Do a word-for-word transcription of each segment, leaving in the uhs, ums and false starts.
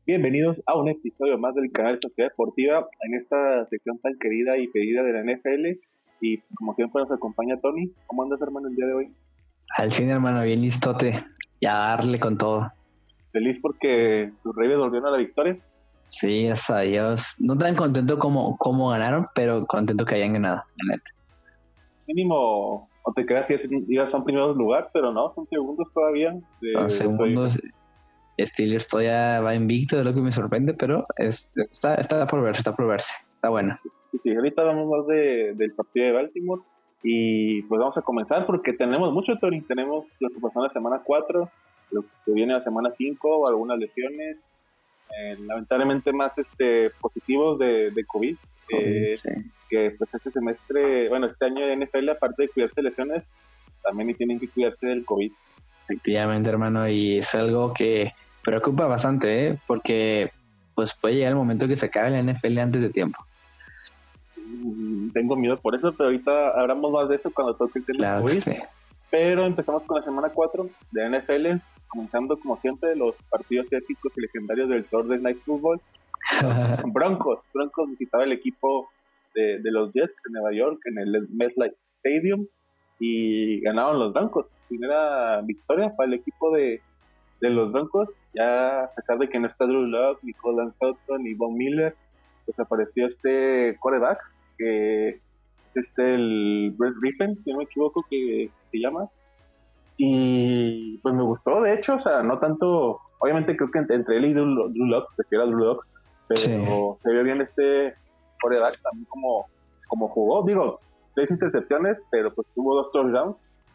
Bienvenidos a un episodio más del canal Sociedad Deportiva, en esta sección tan querida y pedida de la N F L. Y como siempre nos acompaña Tony. ¿Cómo andas, hermano, el día de hoy? Al cine, hermano, bien listote. Y a darle con todo. Feliz porque tus Reyes volvieron a la victoria. Sí, gracias a Dios. No tan contento como, como ganaron, pero contento que hayan ganado, la neta. Mínimo, o te quedas si ibas a un primer lugar, pero no, son segundos todavía. De, Son segundos. Steelers todavía va invicto, de lo que me sorprende, pero es, está, está por verse, está por verse. Está bueno. Sí, sí, sí. Ahorita vamos más de, del partido de Baltimore. Y pues vamos a comenzar porque tenemos mucho, Tony. Tenemos lo que pasó en la semana cuatro, lo que se viene a la semana cinco, algunas lesiones. Eh, lamentablemente más este positivos de, de COVID, eh, sí. Que pues este semestre, bueno, este año de N F L, aparte de cuidarse de lesiones, también tienen que cuidarse del COVID. Efectivamente, hermano, y es algo que preocupa bastante, ¿eh? Porque pues puede llegar el momento que se acabe la N F L antes de tiempo. Mm, tengo miedo por eso, pero ahorita hablamos más de eso cuando toque el tema claro, COVID. Sí. Pero empezamos con la semana cuatro de N F L, comenzando como siempre los partidos épicos y legendarios del Thursday Night Football. Broncos, Broncos visitaba el equipo de, de los Jets de Nueva York en el MetLife Stadium y ganaron los Broncos. Primera victoria para el equipo de, de los Broncos, ya a pesar de que no está Drew Lock, ni Colin Sutton, ni Von Miller, pues apareció este quarterback que es este el Brett Rippon, si no me equivoco, que se llama. Y pues me gustó, de hecho, o sea, no tanto, obviamente creo que entre, entre él y Drew, Drew Lock, prefiero a Drew Lock, pero sí. Se vio bien este quarterback también como, como jugó, digo, seis intercepciones, pero pues tuvo dos touchdowns,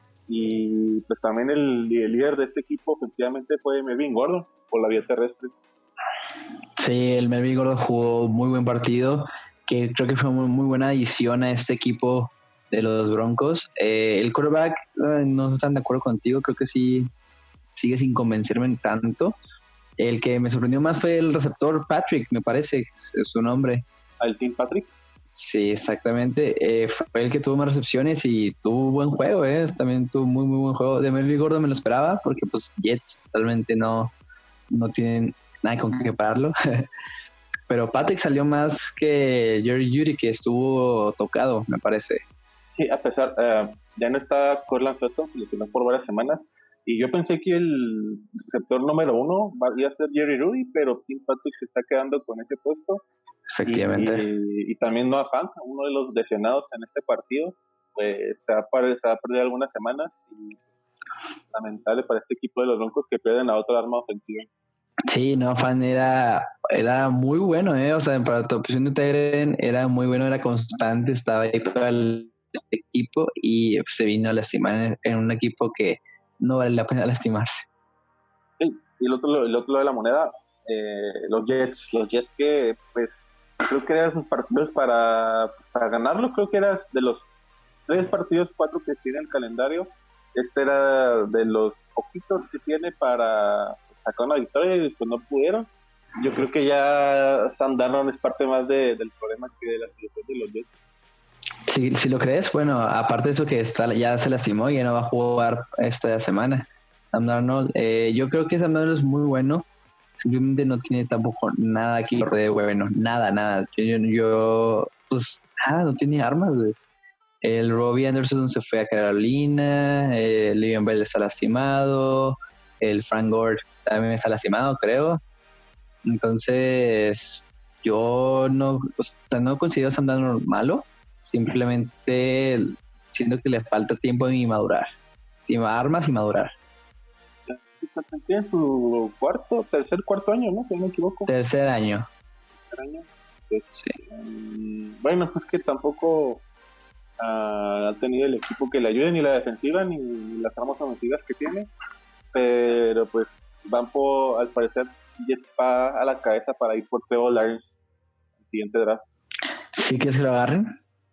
y pues también el, el líder de este equipo efectivamente fue Melvin Gordon, por la vía terrestre. Sí, el Melvin Gordon jugó muy buen partido, que creo que fue muy, muy buena adición a este equipo de los Broncos. Eh, el quarterback, eh, no estoy tan de acuerdo contigo, creo que sí sigue sin convencerme tanto. El que me sorprendió más fue el receptor Patrick, me parece, es su nombre. ¿El Team Patrick? Sí, exactamente. Eh, fue el que tuvo más recepciones y tuvo buen juego, eh. También tuvo muy, muy buen juego. De Melvin Gordon me lo esperaba porque pues Jets realmente no, no tienen nada con qué pararlo. Pero Patrick salió más que Jerry Jeudy, que estuvo tocado, me parece. Sí, a pesar, uh, ya no está Cortland Sutton, que lo tenía por varias semanas, y yo pensé que el receptor número uno iba a ser Jerry Jeudy, pero Tim Patrick se está quedando con ese puesto. Efectivamente. Y, y también Noah Fant, uno de los lesionados en este partido, pues se ha, se ha perdido algunas semanas, y lamentable para este equipo de los Broncos que pierden a otra arma ofensiva. Sí, no, Fan era, era muy bueno, ¿eh? O sea, para tu opción de Tyren era muy bueno, era constante, estaba ahí para el equipo y se vino a lastimar en, en un equipo que no vale la pena lastimarse. Sí, y el otro, el otro lado de la moneda, eh, los Jets, los Jets que, pues, creo que eran sus partidos para, para ganarlo, creo que era de los tres partidos, cuatro que tiene el calendario, este era de los poquitos que tiene para sacar una victoria y pues no pudieron. Yo creo que ya Sam Darnold es parte más de, del problema que de la situación de los Jets. Si, si lo crees, bueno, aparte de eso que está, ya se lastimó y ya no va a jugar esta semana. Sam Darnold, eh, yo creo que Sam Darnold es muy bueno, simplemente no tiene tampoco nada aquí de bueno, nada, nada. Yo, yo, yo pues, nada, no tiene armas, güey. El Robbie Anderson se fue a Carolina, el Le'Veon Bell está lastimado, el Frank Gore también está lastimado, creo. Entonces, yo no, o sea, no considero a Sam Darnold malo, simplemente siento que le falta tiempo en madurar, tiene armas y madurar. Tiene su cuarto, tercer, cuarto año, ¿no? Si no me equivoco. Tercer año. Tercer año. Pues, sí. um, bueno, pues que tampoco uh, ha tenido el equipo que le ayude, ni la defensiva, ni, ni las armas ofensivas que tiene. Pero pues van por, al parecer, Jets va a la cabeza para ir por Trevor Lawrence el siguiente draft. ¿Sí que se lo agarren?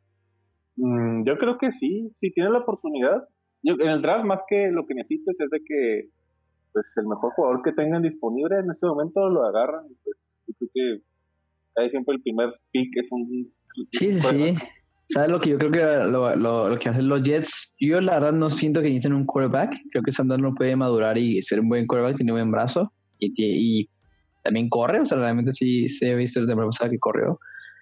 Mm, yo creo que sí, si tienes la oportunidad. Yo, en el draft, más que lo que necesitas es de que pues el mejor jugador que tengan disponible en este momento lo agarran. Pues yo creo que casi siempre el primer pick es un... Sí, sí, sí. ¿Sabes lo que yo creo que lo, lo, lo que hacen los Jets? Yo la verdad no siento que necesiten un quarterback. Creo que Sam Darnold puede madurar y ser un buen quarterback, tiene un buen brazo y, y también corre, o sea, realmente sí se ha visto el temporada pasada que corrió.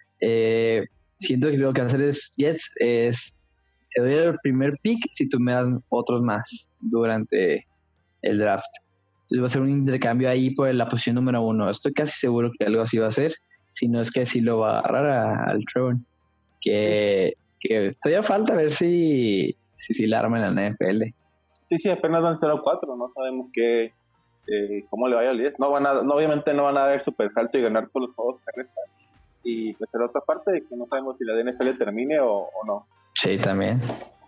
Eh, siento que lo que va a hacer es Jets es te doy el primer pick si tú me das otros más durante el draft. Entonces va a ser un intercambio ahí por la posición número uno. Estoy casi seguro que algo así va a ser, si no es que sí lo va a agarrar a, al Trevor, que, que todavía falta ver si si, si la arma en la N F L. Sí, sí, apenas van cero cuatro, no sabemos qué, eh, cómo le vaya al Jets. No van a, no, obviamente no van a dar el super salto y ganar todos los juegos que restan. Y pues la otra parte de que no sabemos si la N F L termine o, o no. Sí, también.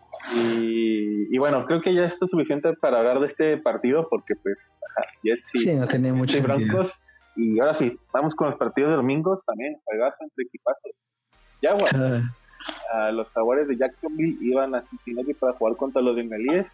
Y, y bueno, creo que ya esto es suficiente para hablar de este partido porque pues ajá, Jets y, sí, no tiene mucho y Broncos. Y ahora sí, vamos con los partidos de domingos también, juegazo entre equipazos. Jaguars. Uh. Uh, los Jaguares de Jacksonville iban a Cincinnati para jugar contra los bengalíes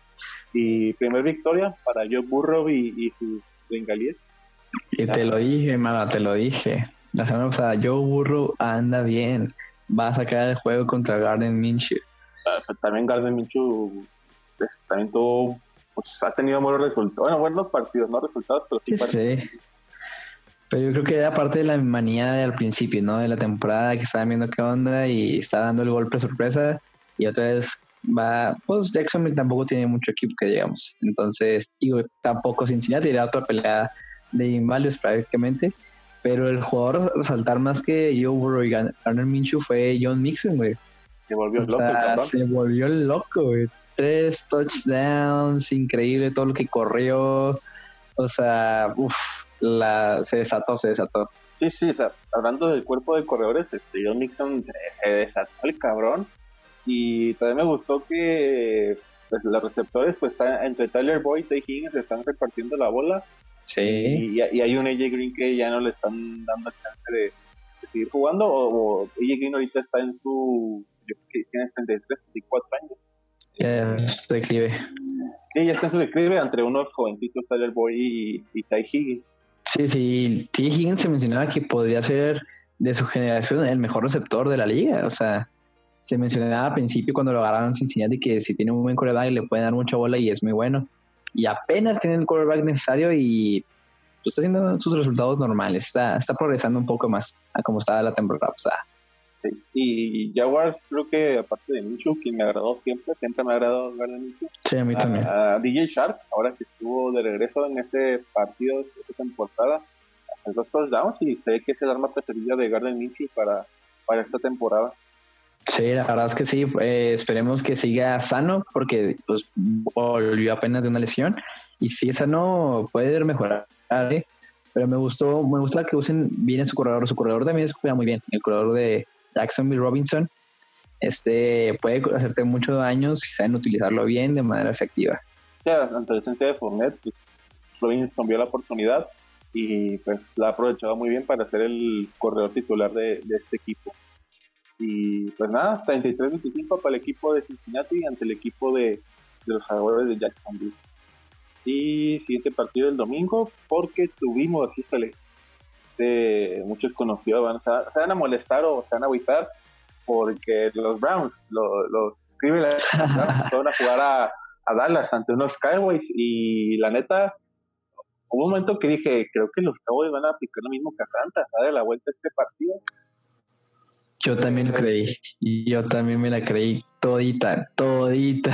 y primer victoria para Joe Burrow y, y sus bengalíes. Y te lo dije, hermano, te lo dije. La semana pasada, Joe Burrow anda bien. Va a sacar el juego contra Gardner Minshew. Uh, también Gardner Minshew pues, también tuvo, pues, ha tenido buenos resultados. Bueno, buenos partidos, no resultados, pero sí, sí, sí. Pero yo creo que era parte de la manía de al principio, ¿no? De la temporada que estaban viendo qué onda y está dando el golpe sorpresa. Y otra vez va, pues Jacksonville tampoco tiene mucho equipo que digamos. Entonces, digo, tampoco Cincinnati era otra pelea de inválidos prácticamente. Pero el jugador a resaltar más que Joe Burrow y Gardner Minshew fue John Mixon, güey. Se volvió o loco, sea, cabrón. Se volvió loco, güey. Tres touchdowns, increíble todo lo que corrió. O sea, uff. La, se desató, se desató. Sí, sí, o sea, hablando del cuerpo de corredores, este, John Mixon se, se desató el cabrón. Y también me gustó que pues, los receptores, pues están entre Tyler Boyd y Tay Higgins, están repartiendo la bola. Sí. Y, y hay un A J Green que ya no le están dando chance de, de seguir jugando. O, o A J Green ahorita está en su. Yo creo que tiene treinta y tres, treinta y cuatro años. Yeah, su declive. Sí, ya está en su declive entre unos jovencitos, Tyler Boyd y, y Ty Higgins. Sí, sí, T. Higgins se mencionaba que podría ser de su generación el mejor receptor de la liga. O sea, se mencionaba al principio cuando lo agarraron en Cincinnati que si tiene un buen quarterback le pueden dar mucha bola y es muy bueno. Y apenas tiene el quarterback necesario y pues, está haciendo sus resultados normales. Está, está progresando un poco más a como estaba la temporada pasada. Sí, y Jaguars creo que aparte de Minshew, quien me agradó siempre, siempre me ha agradado Gardner Minshew. Sí, a mí también. A, a D J Shark, ahora que estuvo de regreso en este partido, esta temporada, hace dos touchdowns y sé que es el arma preferida de Gardner Minshew para, para esta temporada. Sí, la verdad es que sí, eh, esperemos que siga sano porque pues, volvió apenas de una lesión y si es sano puede mejorar, ¿eh? Pero me gustó, me gusta que usen bien su corredor, su corredor también se juega muy bien, el corredor de Jacksonville Robinson este puede hacerte mucho daño si saben utilizarlo bien de manera efectiva. Ya, ante la esencia de Fournette, pues, Robinson vio la oportunidad y pues la ha aprovechado muy bien para ser el corredor titular de, de este equipo. Y pues nada, treinta y tres veinticinco para el equipo de Cincinnati ante el equipo de, de los Jaguares de Jacksonville. Y siguiente partido el domingo, porque tuvimos, fíjale, de muchos conocidos, van, se, se van a molestar o se van a agüitar porque los Browns, los, los Cleveland Browns, van a jugar a, a Dallas ante unos Cowboys y la neta, hubo un momento que dije, creo que los Cowboys van a aplicar lo mismo que Atlanta, darle la vuelta a este partido. Yo también lo creí, y yo también me la creí todita, todita.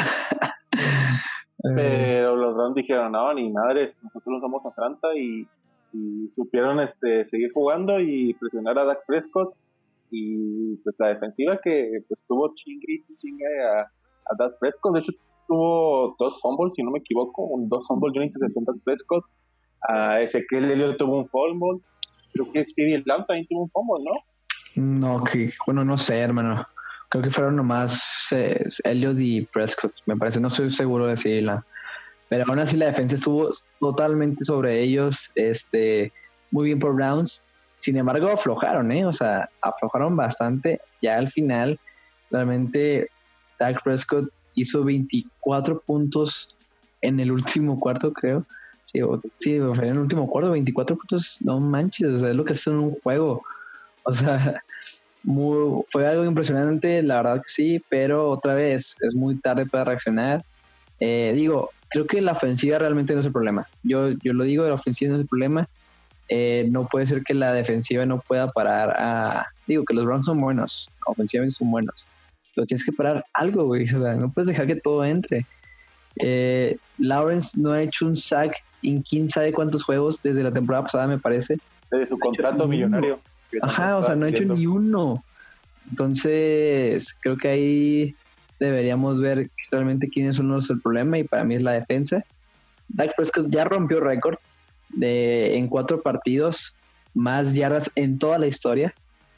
Pero los Browns dijeron, no, ni madres, nosotros no somos Atlanta y, y supieron este seguir jugando y presionar a Dak Prescott y pues la defensiva que pues tuvo chingue y chingue a, a Dak Prescott, de hecho tuvo dos fumbles, si no me equivoco, un, dos fumbles y una intercepción de Dak Prescott, a Ezequiel Elliott tuvo un fumble, creo que CeeDee Lamb también tuvo un fumble, ¿no? No, que bueno, no sé, hermano. Creo que fueron nomás eh, Elliott y Prescott, me parece, no estoy seguro de decirla. Pero aún así la defensa estuvo totalmente sobre ellos, este, muy bien por Browns. Sin embargo, aflojaron, ¿eh? O sea, aflojaron bastante. Ya al final, realmente, Dak Prescott hizo veinticuatro puntos en el último cuarto, creo. Sí, o, sí, en el último cuarto, veinticuatro puntos, no manches, o sea, es lo que es en un juego. O sea, muy, fue algo impresionante, la verdad que sí, pero otra vez es muy tarde para reaccionar. Eh, digo, creo que la ofensiva realmente no es el problema. Yo, yo lo digo, la ofensiva no es el problema. eh, no puede ser que la defensiva no pueda parar a... Digo, que los Browns son buenos, ofensivamente son buenos, pero tienes que parar algo, güey. O sea, no puedes dejar que todo entre. Eh, Lawrence no ha hecho un sack en quién sabe cuántos juegos desde la temporada pasada, me parece. Desde su contrato millonario. Ajá, o sea, no ha hecho ni uno. Entonces, creo que ahí deberíamos ver realmente quiénes son los el problema, y para mí es la defensa. Dak Prescott ya rompió récord de en cuatro partidos, más yardas en toda la historia.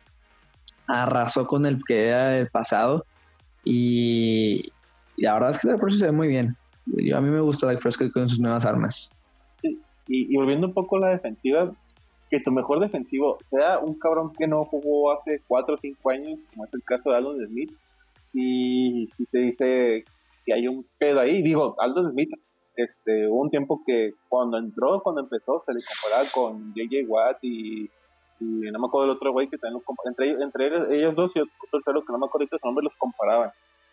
Arrasó con el que era el pasado, y, y la verdad es que Dak Prescott se ve muy bien. Yo, a mí me gusta Dak Prescott con sus nuevas armas. Sí. Y, y volviendo un poco a la defensiva, que tu mejor defensivo sea un cabrón que no jugó hace cuatro o cinco años, como es el caso de Aldon Smith, si, si te dice que hay un pedo ahí. Digo, Aldon Smith, este, hubo un tiempo que cuando entró, cuando empezó, se le comparaba con J J Watt y, y no me acuerdo del otro güey que también los comparaba. Entre, entre ellos, ellos dos y otro tercero que no me acuerdo ahorita su nombre, los comparaban.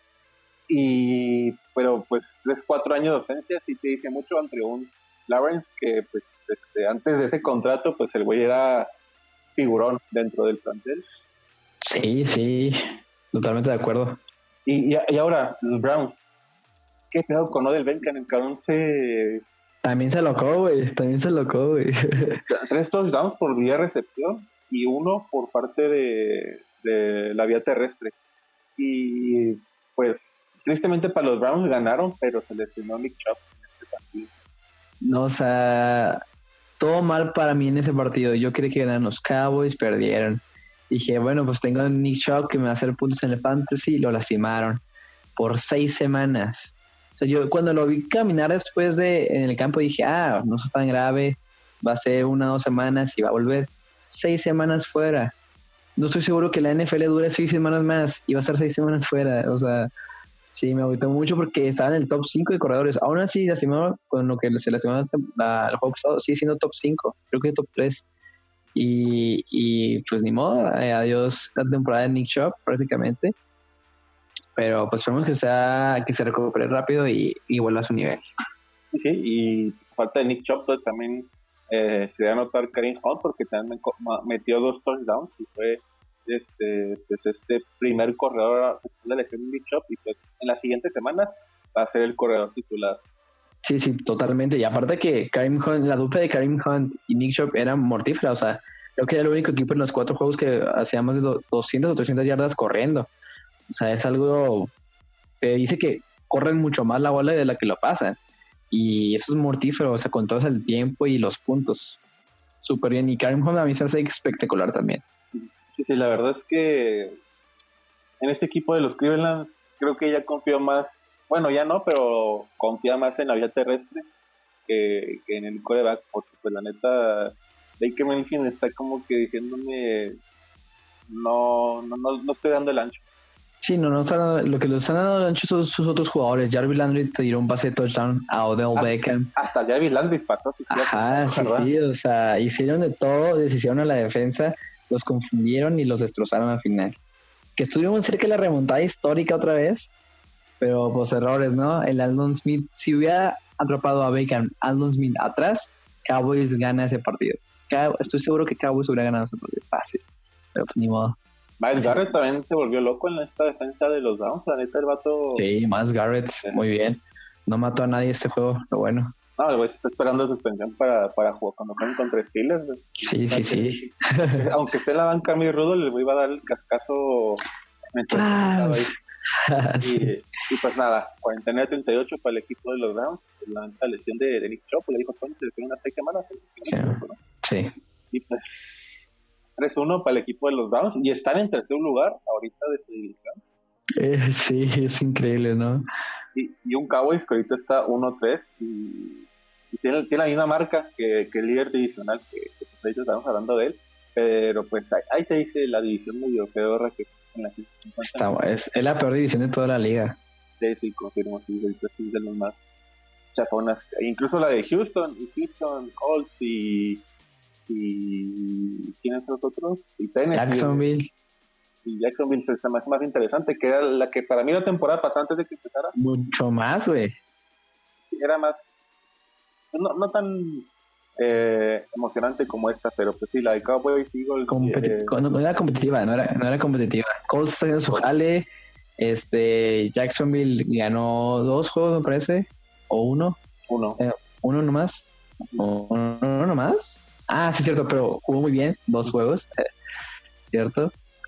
Y, pero pues tres, cuatro años de ausencia sí te dice mucho entre un Lawrence que pues este, antes de ese contrato pues el güey era figurón dentro del plantel. Sí, sí, totalmente de acuerdo. Y, y, y ahora, los Browns, ¿qué pedo con Odell Beckham? El cabrón se... También se locó, güey, también se locó, güey. Tres touchdowns por vía recepción y uno por parte de, de la vía terrestre. Y pues tristemente para los Browns ganaron, pero se lesionó Nick Chubb en este partido. No, o sea, todo mal para mí en ese partido. Yo quería que ganaran los Cowboys, perdieron. Dije, bueno, pues tengo a Nick Chubb que me va a hacer puntos en el fantasy, y lo lastimaron por seis semanas. O sea, yo cuando lo vi caminar después de en el campo dije, ah, no es tan grave, va a ser una o dos semanas y va a volver. Seis semanas fuera. No estoy seguro que la N F L dure seis semanas más y va a estar seis semanas fuera. O sea, sí, me agüitó mucho porque estaba en el top cinco de corredores. Aún así, lastimado con lo que se lastimó el juego pasado, sigue siendo top cinco, creo que top tres. Y, y pues ni modo, eh, adiós la temporada de Nick Chubb prácticamente. Pero pues esperemos que sea que se recupere rápido y, y vuelva a su nivel. Sí, sí, y falta de Nick Chubb pues, también eh, se debe anotar Kareem Hunt porque también metió dos touchdowns y fue este pues este primer corredor de la lesión de Nick Chubb, y pues en las siguientes semanas va a ser el corredor titular. Sí, sí, totalmente. Y aparte que Kareem Hunt, la dupla de Kareem Hunt y Nick Chubb era mortífera. O sea, creo que era el único equipo en los cuatro juegos que hacía más de doscientas o trescientas yardas corriendo. O sea, es algo que dice que corren mucho más la bola de la que lo pasan. Y eso es mortífero, o sea, con todo el tiempo y los puntos. Súper bien. Y Kareem Hunt a mí se hace espectacular también. Sí, sí, la verdad es que en este equipo de los Cleveland creo que ya confío más, bueno, ya no, pero confía más en la vía terrestre que, que en el quarterback, porque pues la neta, Baker Mayfield está como que diciéndome no, no, no, no estoy dando el ancho. Sí, no, no están, lo que los están dando el ancho son sus otros jugadores. Jarvis Landry te dio un pase de touchdown a Odell Beckham. Hasta Jarvis Landry pasó. Si Ajá, sí, ¿verdad? Sí, o sea, hicieron de todo, deshicieron a la defensa, los confundieron y los destrozaron al final. Que estuvimos cerca de la remontada histórica otra vez, pero pues errores, ¿no? El Aldon Smith, si hubiera atrapado a Beckham, Aldon Smith atrás, Cowboys gana ese partido. Estoy seguro que Cowboys hubiera ganado ese partido fácil, pero pues ni modo. Miles Garrett también se volvió loco en esta defensa de los Browns, la neta el vato... Sí, Miles Garrett, sí. Muy bien. No mató a nadie este juego, lo bueno. No, el güey se está esperando suspensión para, para jugar cuando jueguen contra Steelers. Sí, sí, sí. Aunque esté en la banca mi Rudolph, el güey va a dar el cascazo. Ah, y, y pues nada, cuarenta y nueve a treinta y ocho para el equipo de los Browns. La, la lesión de, de Nick Chubb, le dijo Tony, se le quedó unas seis semanas. Sí, ¿no? Sí. Y pues tres uno para el equipo de los Browns y están en tercer lugar ahorita de su división. Eh, sí, es increíble, ¿no? Y, y un Cowboys que ahorita está uno tres y, y tiene, tiene la misma marca que, que el líder divisional, que, que pues, ahorita estamos hablando de él, pero pues ahí, ahí te dice la división medio peor que en la está, es, es la peor división de toda la liga. Sí, sí, confirmo, sí, ahorita sí es de los más chafonas, incluso la de Houston, y Houston, Colts y y ¿quiénes son los otros? Y Tennessee, Jacksonville. Y Jacksonville se me hace más interesante, que era la que para mí la temporada pasada antes de que empezara. Mucho más, güey. Era más, no, no tan eh, emocionante como esta, pero pues sí, la de Cowboys Eagles Competi- eh, no, no era competitiva, no era, no era competitiva. Colts está haciendo su jale. Este, Jacksonville ganó dos juegos, me parece, o uno, uno. eh, uno nomás, o uno, uno nomás. Ah, sí, cierto, pero jugó muy bien, dos juegos, eh, cierto.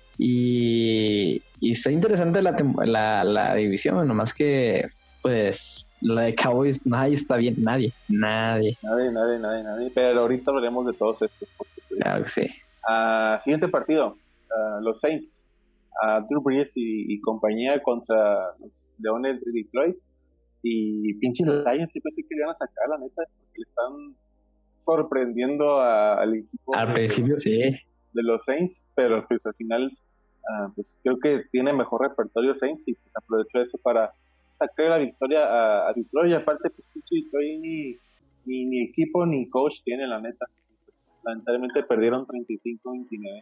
Y, y está interesante la, tem- la, la división, nomás que, pues, la de Cowboys, nadie está bien, nadie, nadie. Nadie, nadie, nadie, nadie. Pero ahorita hablaremos de todos estos. Porque, pues, Claro que sí. ah, siguiente partido, ah, los Saints, a Drew Brees y, y compañía contra los Leones de Detroit. Y pinches Lions, sí pensé que le iban a sacar, la neta, porque le están sorprendiendo a- al equipo Al de, principio sí. de los Saints, pero pues al final, ah, pues creo que tiene mejor repertorio Saints y pues aprovechó eso para sacar la victoria a, a Detroit. Y aparte, pues pinche Detroit ni, ni, ni equipo ni coach tiene, la neta. Lamentablemente perdieron treinta y cinco a veintinueve.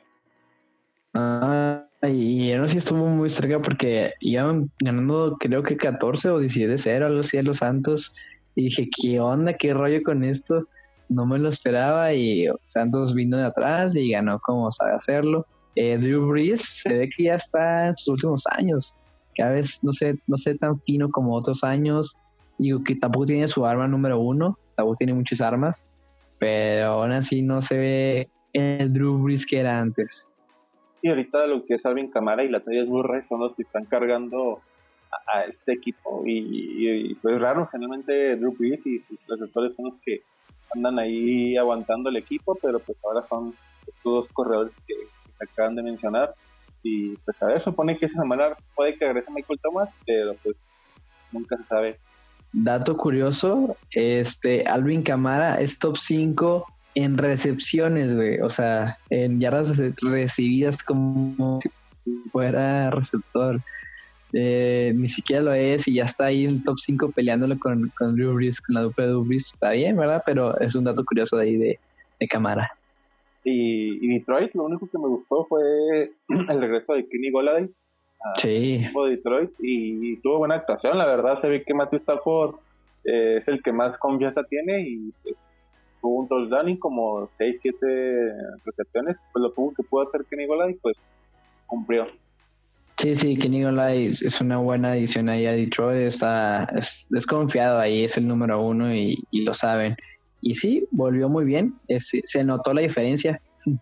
Ah, y yo no sé si estuvo muy cerca porque iban ganando creo que catorce o diecisiete cero, algo así a los Santos. Y dije, ¿qué onda? ¿Qué rollo con esto? No me lo esperaba y Santos vino de atrás y ganó como sabe hacerlo. Eh, Drew Brees se ve que ya está en sus últimos años. Cada vez no sé, no sé tan fino como otros años. Digo que tampoco tiene su arma número uno, tampoco tiene muchas armas, pero aún así no se ve el Drew Brees que era antes. Y ahorita lo que es Alvin Kamara y la Latavius Murray son los que están cargando a, a este equipo. Y, y, y, pues raro, generalmente Drew Brees y sus receptores son los que andan ahí aguantando el equipo, pero pues ahora son estos dos corredores que, que se acaban de mencionar. Y pues a ver, supone que esa semana puede que regrese Michael Thomas, pero pues nunca se sabe. Dato curioso, este Alvin Kamara es top cinco en recepciones, güey. O sea, en yardas rece- recibidas como si fuera receptor. Eh, ni siquiera lo es y ya está ahí en el top cinco peleándolo con, con Drew Brees, con la dupla de Drew Brees. Está bien, ¿verdad? Pero es un dato curioso de ahí de, de Kamara. Y, y Detroit, lo único que me gustó fue el regreso de Kenny Golladay al Sí, equipo de Detroit y, y tuvo buena actuación, la verdad se ve que Matthew Stafford eh, es el que más confianza tiene y pues, tuvo un touchdown y como seis siete recepciones, pues lo tuvo que pudo hacer Kenny Golladay, pues cumplió. sí, sí, Kenny Golladay es una buena adición ahí a Detroit. Está es, desconfiado ahí, es el número uno y, y lo saben. Y sí, volvió muy bien. Es, se notó la diferencia.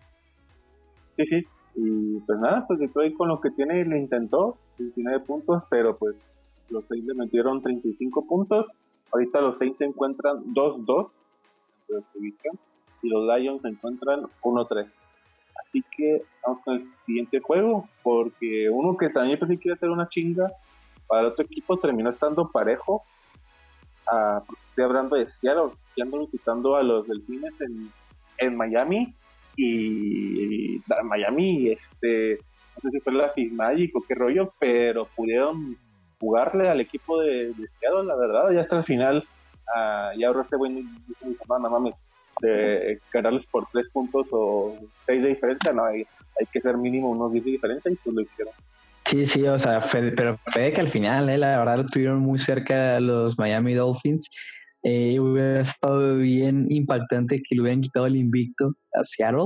Sí, sí, y pues nada, pues Detroit con lo que tiene lo intentó, diecinueve puntos, pero pues los seis le metieron treinta y cinco puntos. Ahorita los seis se encuentran dos dos de su división y los Lions se encuentran uno tres. Así que vamos con el siguiente juego, porque uno que también pensé que iba a hacer una chinga para el otro equipo terminó estando parejo. A, estoy hablando de Seattle, que andan visitando a los Delfines en, en Miami. Y, y Miami, este, no sé si fue la Fitzmagic o qué rollo, pero pudieron jugarle al equipo de, de Seattle, la verdad, ya hasta el final. Uh, ya ahora este güey dice, no, no mames, de ganarles por tres puntos o seis de diferencia, no, hay, hay que ser mínimo unos diez de diferencia y pues lo hicieron. Sí, sí, o sea, fue, pero fue que al final, eh, la verdad, lo tuvieron muy cerca los Miami Dolphins. Eh, hubiera estado bien impactante que le hubieran quitado el invicto a Seattle.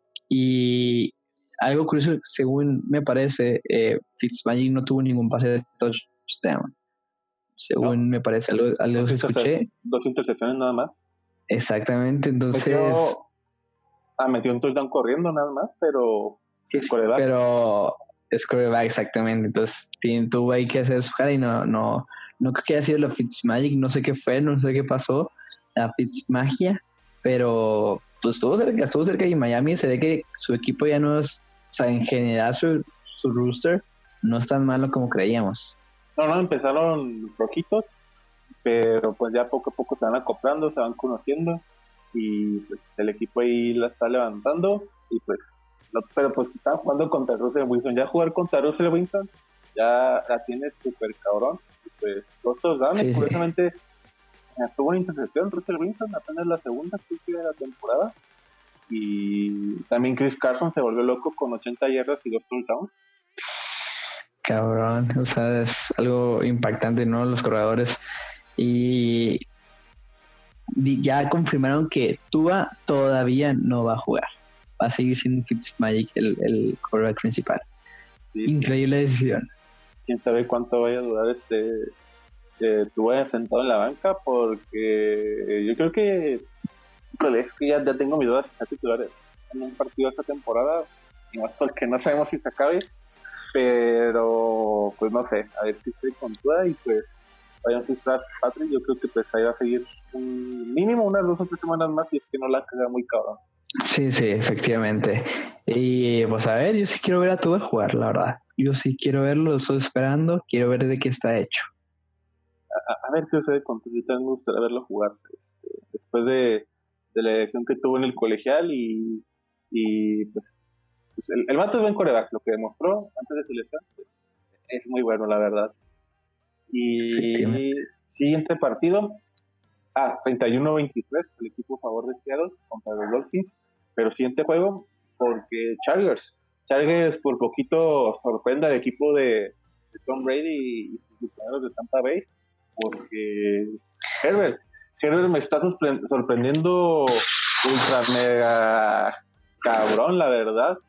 Y algo curioso, según me parece, eh, Fitzmagic no tuvo ningún pase de touchdown. Según no. me parece, algo, algo dos que escuché. Dos intercepciones nada más. Exactamente, entonces... Metió, ah, metió un touchdown corriendo nada más, pero... Sí, pero es quarterback, exactamente. Entonces tuvo ahí que hacer su jala y no, no, no creo que haya sido la Fitzmagic, no sé qué fue, no sé qué pasó, la Fitzmagia, pero pues estuvo cerca, estuvo cerca y Miami se ve que su equipo ya no es, o sea, en general su, su rooster no es tan malo como creíamos. No, no, empezaron rojitos, pero pues ya poco a poco se van acoplando, se van conociendo y pues el equipo ahí la está levantando y pues no, pero pues están jugando contra Russell Wilson. Ya jugar contra Russell Wilson ya la tiene súper cabrón. Y pues dos touchdowns, sí, curiosamente sí. Tuvo una intercepción Russell Wilson, apenas la segunda de la temporada. Y también Chris Carson se volvió loco con ochenta yardas y dos touchdowns. Cabrón, o sea, es algo impactante, ¿no? Los corredores. Y ya confirmaron que Tua todavía no va a jugar. Va a seguir siendo Fitzmagic el, el quarterback principal. Sí, increíble decisión. Quién sabe cuánto vaya a durar este eh, Tua sentado en la banca, porque yo creo que es que ya, ya tengo mis dudas si está titular en un partido esta temporada, y más porque no sabemos si se acabe, pero pues no sé, a ver si se con Tua y pues vayan a filtrar Patrick. Yo creo que pues ahí va a seguir un mínimo unas dos o tres semanas más, y es que no la caga muy cabrón. Sí, sí, efectivamente. Y pues a ver, yo sí quiero ver a Tua jugar, la verdad. Yo sí quiero verlo, lo estoy esperando, quiero ver de qué está hecho. A, a ver qué sucede con Tua. Yo también me gustaría verlo jugar. Este, después de, de la elección que tuvo en el colegial, y, y pues, pues el, el vato es buen coreback, lo que demostró antes de su lesión, pues, es muy bueno, la verdad. Y siguiente partido, ah, treinta y uno veintitrés, el equipo a favor de Seattle contra los Dolphins. Pero siguiente juego, porque Chargers, Chargers por poquito sorprende al equipo de, de Tom Brady y sus compañeros de Tampa Bay, porque Herbert, Herbert me está sorprendiendo ultra mega cabrón, la verdad.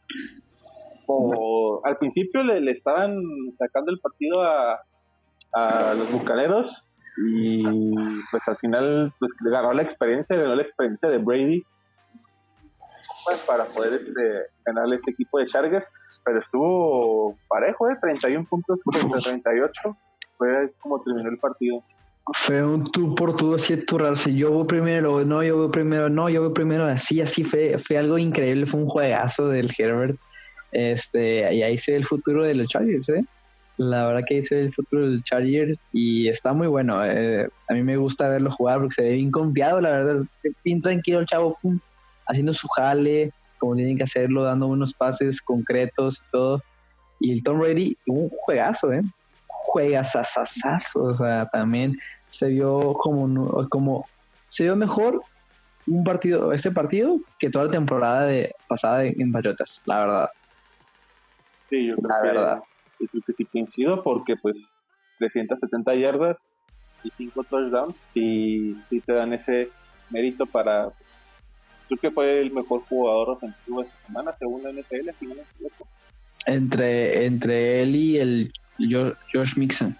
O, al principio le, le estaban sacando el partido a a los Bucaneros, y pues al final pues ganó la experiencia, ganó la experiencia de Brady, pues, para poder este, ganarle este equipo de Chargers, pero estuvo parejo, ¿eh? treinta y uno puntos contra treinta y ocho, fue como terminó el partido. Fue un tú por tú, así turrarse, yo voy primero, no, yo voy primero, no, yo voy primero, así, así fue, fue algo increíble, fue un juegazo del Herbert, este, y ahí se ve el futuro de los Chargers, ¿eh? La verdad que ese es el futuro del Chargers y está muy bueno. Eh, a mí me gusta verlo jugar porque se ve bien confiado, la verdad. Bien tranquilo el chavo, pum, haciendo su jale, como tienen que hacerlo, dando unos pases concretos y todo. Y el Tom Brady, un juegazo, ¿eh? Juegazazazazo. O sea, también se vio como, como se vio mejor un partido, este partido, que toda la temporada de, pasada en Patriotas, la verdad. Sí, yo creo la que verdad. Yo creo que sí coincido, porque pues trescientas setenta yardas y cinco touchdowns sí, sí te dan ese mérito para... Creo que fue el mejor jugador ofensivo esta semana, según la N F L, si no me equivoco. Entre, entre él y el Josh Mixon.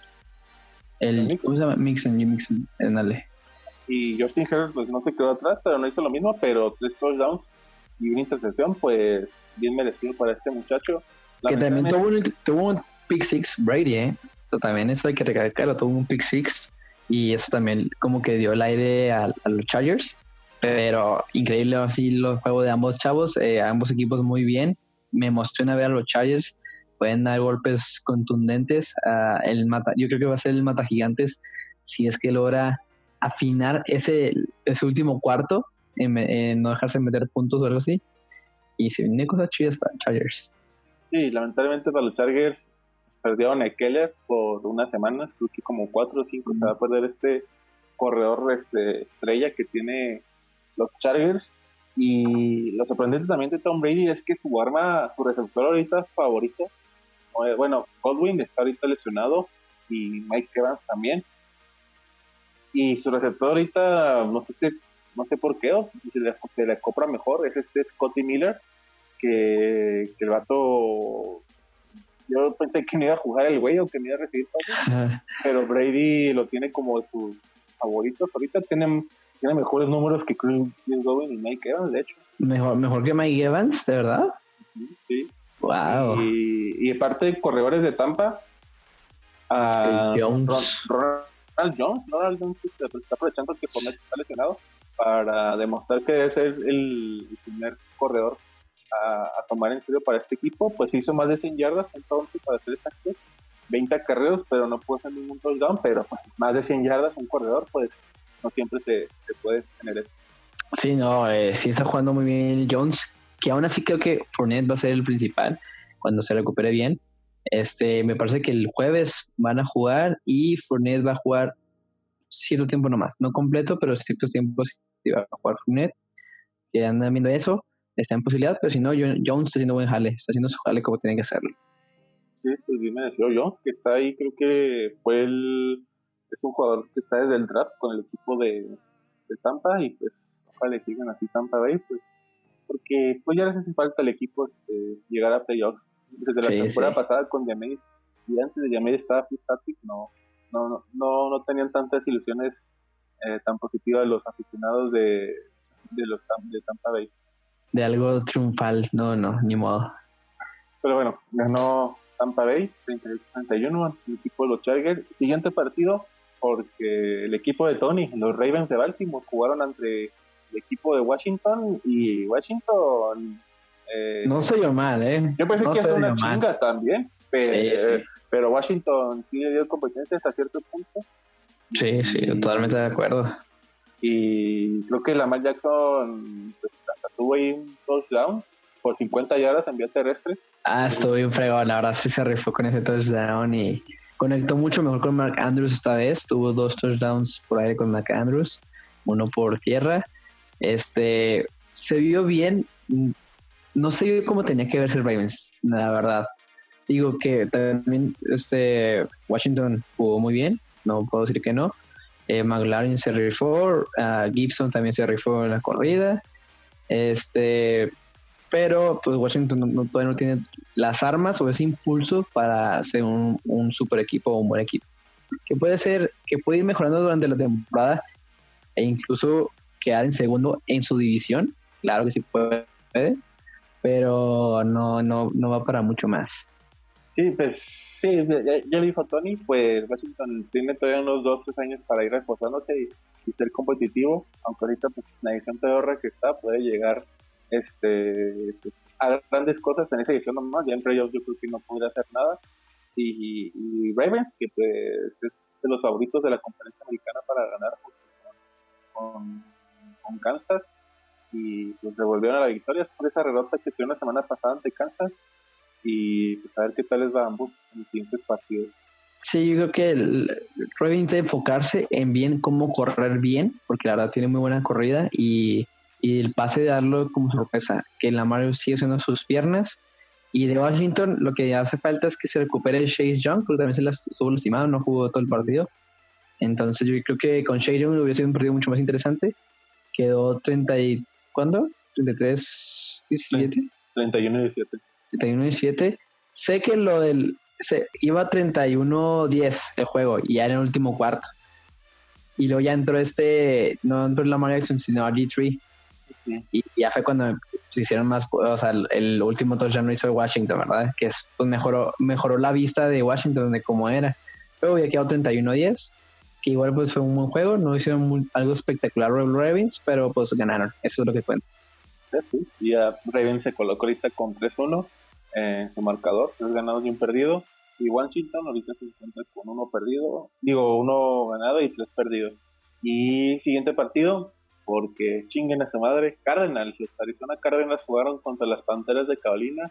El, Mixon. ¿Cómo se llama? Mixon, Jim Mixon, dale. Y Justin Herbert pues no se quedó atrás, pero no hizo lo mismo, pero tres touchdowns y una intercepción, pues bien merecido para este muchacho. Que también tuvo un, tuvo un pick six Brady, ¿eh? O sea, también eso hay que recalcarlo, tuvo un pick six y eso también como que dio el aire a, a los Chargers, pero increíble así los juegos de ambos chavos, eh, ambos equipos muy bien. Me emociona ver a los Chargers, pueden dar golpes contundentes. Uh, el mata, yo creo que va a ser el mata gigantes si es que logra afinar ese, ese último cuarto, en, en no dejarse meter puntos o algo así, y se vienen cosas chidas para Chargers. Sí, lamentablemente para los Chargers perdieron a Keller por unas semanas, creo que como cuatro o cinco, mm. se va a perder este corredor este, estrella que tiene los Chargers. Y lo sorprendente también de Tom Brady es que su arma, su receptor ahorita favorito, bueno, Godwin está ahorita lesionado y Mike Evans también. Y su receptor ahorita, no sé si, no sé por qué, o si se le, se le compra mejor, es este Scotty Miller, que, que el vato, yo pensé que no iba a jugar el güey o que no iba a recibir pases, uh. pero Brady lo tiene como de sus favoritos. Ahorita tiene, tiene mejores números que Chris Godwin y Mike Evans, de hecho. Mejor, mejor que Mike Evans, ¿de verdad? Sí. Wow. Y, y aparte de corredores de Tampa, uh, Jones. Ronald Jones, Ronald Jones está aprovechando que Fournette está lesionado para demostrar que debe ser el, el primer corredor A, a tomar en serio para este equipo. Pues hizo más de cien yardas entonces, para hacer exactos, veinte acarreos, pero no pudo hacer ningún touchdown. Pero pues, más de cien yardas un corredor, pues no siempre se, se puede tener eso. Sí, no, eh, sí está jugando muy bien Jones, que aún así creo que Fournette va a ser el principal cuando se recupere bien. Este, me parece que el jueves van a jugar y Fournette va a jugar cierto tiempo nomás, no completo, pero cierto tiempo sí va a jugar Fournette, que andan viendo eso. Está en posibilidad, pero si no, Jones está haciendo buen jale, está haciendo su jale como tiene que hacerlo. Sí, pues bien me decía Jones, que está ahí, creo que fue el, es un jugador que está desde el draft con el equipo de, de Tampa y pues ojalá le sigan así Tampa Bay, pues porque pues ya les hace falta al equipo este, llegar a playoffs. Desde la sí, temporada sí. pasada con Jameis y antes de Jameis estaba Fitzpatrick, no, no, no, no, no tenían tantas ilusiones eh, tan positivas los aficionados de, de los de Tampa Bay. De algo triunfal, no, no, ni modo. Pero bueno, ganó Tampa Bay treinta y ocho a treinta y uno, el equipo de los Chargers. Siguiente partido, porque el equipo de Tony, los Ravens de Baltimore, jugaron ante el equipo de Washington y Washington... Eh, no se dio mal, ¿eh? Yo pensé no que es una chinga mal. También, pero, sí, sí. pero Washington sí le dio competencia hasta cierto punto. Sí, sí, y, totalmente de acuerdo. Y creo que Lamar Jackson pues, hasta tuvo ahí un touchdown por cincuenta yardas en vía terrestre. Ah, estuvo bien fregado, la verdad sí se rifó con ese touchdown y conectó mucho mejor con Mark Andrews esta vez. Tuvo dos touchdowns por aire con Mark Andrews, uno por tierra. Este, se vio bien. No sé cómo tenía que verse el Ravens, la verdad. Digo que también este Washington jugó muy bien, no puedo decir que no. Eh, McLaren se rifó, uh, Gibson también se rifó en la corrida. Este, pero pues Washington no, no, todavía no tiene las armas o ese impulso para ser un, un super equipo o un buen equipo. Que puede ser, que puede ir mejorando durante la temporada e incluso quedar en segundo en su división. Claro que sí puede, pero no, no, no va para mucho más. Sí, pues sí, ya, ya lo dijo Tony, pues Washington tiene todavía unos dos, tres años para ir reforzándose y, y ser competitivo, aunque ahorita pues la edición pedorra que está puede llegar este pues, a grandes cosas en esa edición nomás, ya en playoffs yo creo que no podría hacer nada, y, y Ravens, que pues es de los favoritos de la conferencia americana para ganar con, con, con Kansas, y pues devolvieron a la victoria por esa derrota que tuvieron la semana pasada ante Kansas. Y pues a ver qué tal les va a ambos en los siguientes partidos. Sí, yo creo que el Ravens debe enfocarse en bien cómo correr bien, porque la verdad tiene muy buena corrida y, y el pase de darlo como sorpresa, que Lamar sigue usando sus piernas. Y de Washington lo que hace falta es que se recupere Chase Young, porque también se las estuvo lastimado, no jugó todo el partido. Entonces yo creo que con Chase Young hubiera sido un partido mucho más interesante. Quedó treinta y... ¿cuándo? ¿treinta y tres diecisiete? treinta y uno diecisiete. treinta y uno diecisiete. Sé que lo del... Se, iba treinta y uno diez el juego y ya en el último cuarto. Y luego ya entró este... No entró Lamar Jackson, sino R G tres. Sí. Y ya fue cuando se hicieron más... O sea, el, el último touchdown no hizo Washington, ¿verdad? Que es, pues mejoró, mejoró la vista de Washington de cómo era. Luego ya quedó treinta y uno diez. Que igual pues fue un buen juego. No hicieron muy, algo espectacular los Ravens, pero pues ganaron. Eso es lo que cuenta. Sí, y a Ravens se colocó ahorita con tres uno en su marcador, tres ganados y un perdido, y Washington ahorita se encuentra con uno perdido, digo uno ganado y tres perdidos. Y siguiente partido, porque chinguen a su madre, Cardinals, los Arizona Cardinals jugaron contra las Panteras de Carolina,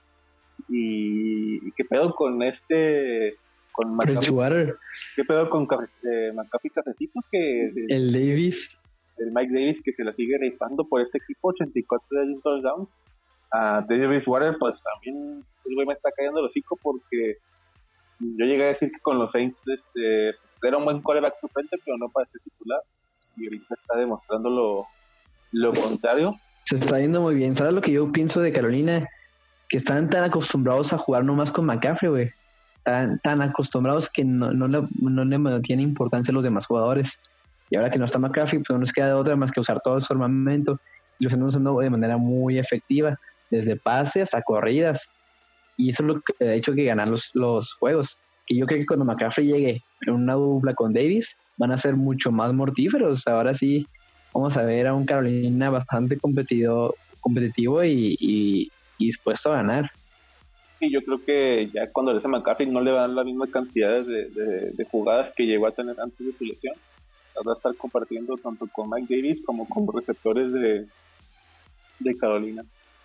y, y qué pedo con este con McCaffrey, qué pedo con eh, McCaffrey Cafecito, que el Davis el Mike Davis, que se la sigue rifando por este equipo, ochenta y cuatro de touchdowns. A uh, Teddy Bridgewater, pues también el güey me está cayendo el hocico, porque yo llegué a decir que con los Saints este, pues era un buen quarterback suplente, pero no para ser titular, y ahorita está demostrando lo, lo contrario. Se está yendo muy bien. ¿Sabes lo que yo pienso de Carolina? Que están tan acostumbrados a jugar nomás con McCaffrey, güey. Tan, tan acostumbrados que no, no, le, no le tiene importancia a los demás jugadores. Y ahora que no está McCaffrey, pues no nos queda de otra más que usar todo su armamento. Y lo están usando de manera muy efectiva, desde pases hasta corridas. Y eso es lo que ha hecho que ganan los, los juegos. Y yo creo que cuando McCaffrey llegue en una dupla con Davis, van a ser mucho más mortíferos. Ahora sí vamos a ver a un Carolina bastante competido, competitivo y, y, y dispuesto a ganar. Y yo creo que ya cuando le hace McCaffrey no le van a dar la misma cantidad de, de, de jugadas que llegó a tener antes de su lesión. Va a estar compartiendo tanto con Mike Davis como con receptores de, de Carolina.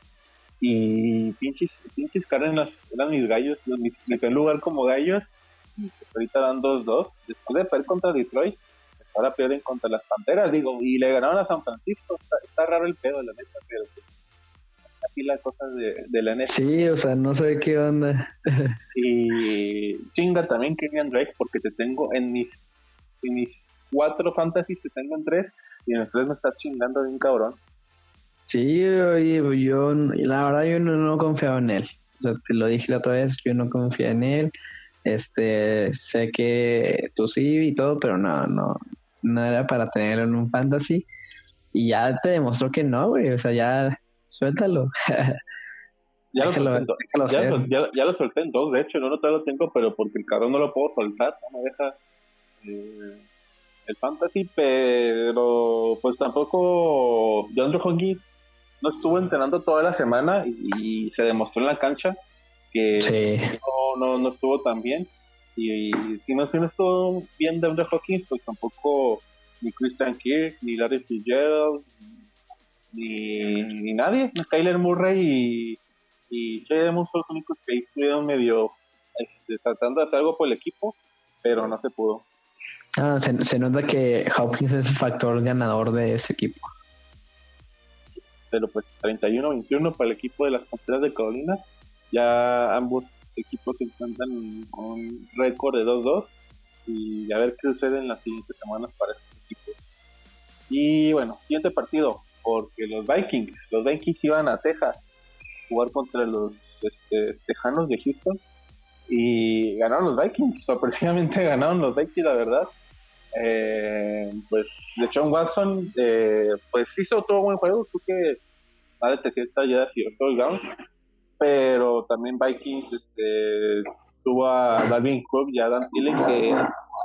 Y pinches, pinches Cardinals eran mis gallos, los mis, mis en lugar como gallos. Ahorita dan dos dos. Después de perder contra Detroit, ahora pierden contra las Panteras, digo, y le ganaron a San Francisco. Está, está raro el pedo, la neta, pero pues, aquí las cosas de, de la N F L. Sí, o sea, no sé qué onda. Y chinga también Kenyan Drake, porque te tengo en mis, en mis cuatro fantasies, te tengo en tres, Y en el tres me está chingando bien cabrón. Sí, yo, yo, la verdad yo no, no confiaba en él. O sea, te lo dije la otra vez, yo no confía en él. Este, sé que tú sí y todo, pero no, no, no era para tenerlo en un fantasy. Y ya te demostró que no, güey. O sea, ya suéltalo. Ya lo, déjalo, solté en do- déjalo ya, ser. sol- ya, ya lo solté en dos, de hecho, no, no todavía lo tengo, pero porque el cabrón no lo puedo soltar, no me deja eh, el fantasy, pero pues tampoco DeAndre Hopkins no estuvo entrenando toda la semana y, y se demostró en la cancha que Sí. no, no, no estuvo tan bien. Y, y si, no, si no estuvo bien DeAndre Hopkins, pues tampoco ni Christian Kirk, ni Larry Fitzgerald, ni, ni nadie, ni Kyler Murray y, y Trey Demon son los únicos que ahí estuvieron medio este, tratando de hacer algo por el equipo, pero no se pudo. Ah, se, se nota que Hopkins es el factor ganador de ese equipo. Pero pues treinta y uno veintiuno para el equipo de las Panteras de Carolina. Ya ambos equipos se encuentran con un récord de dos dos y a ver qué sucede en las siguientes semanas para estos equipos. Y bueno, siguiente partido, porque los Vikings, los Vikings iban a Texas a jugar contra los este, Tejanos de Houston y ganaron los Vikings, sorpresivamente ganaron los Vikings, la verdad. Eh, pues de Sean Watson, eh, pues hizo todo buen juego, creo que más de trescientas yardas y ocho touchdowns, pero también Vikings este, tuvo a Dalvin Cook y a Dan Thielen que,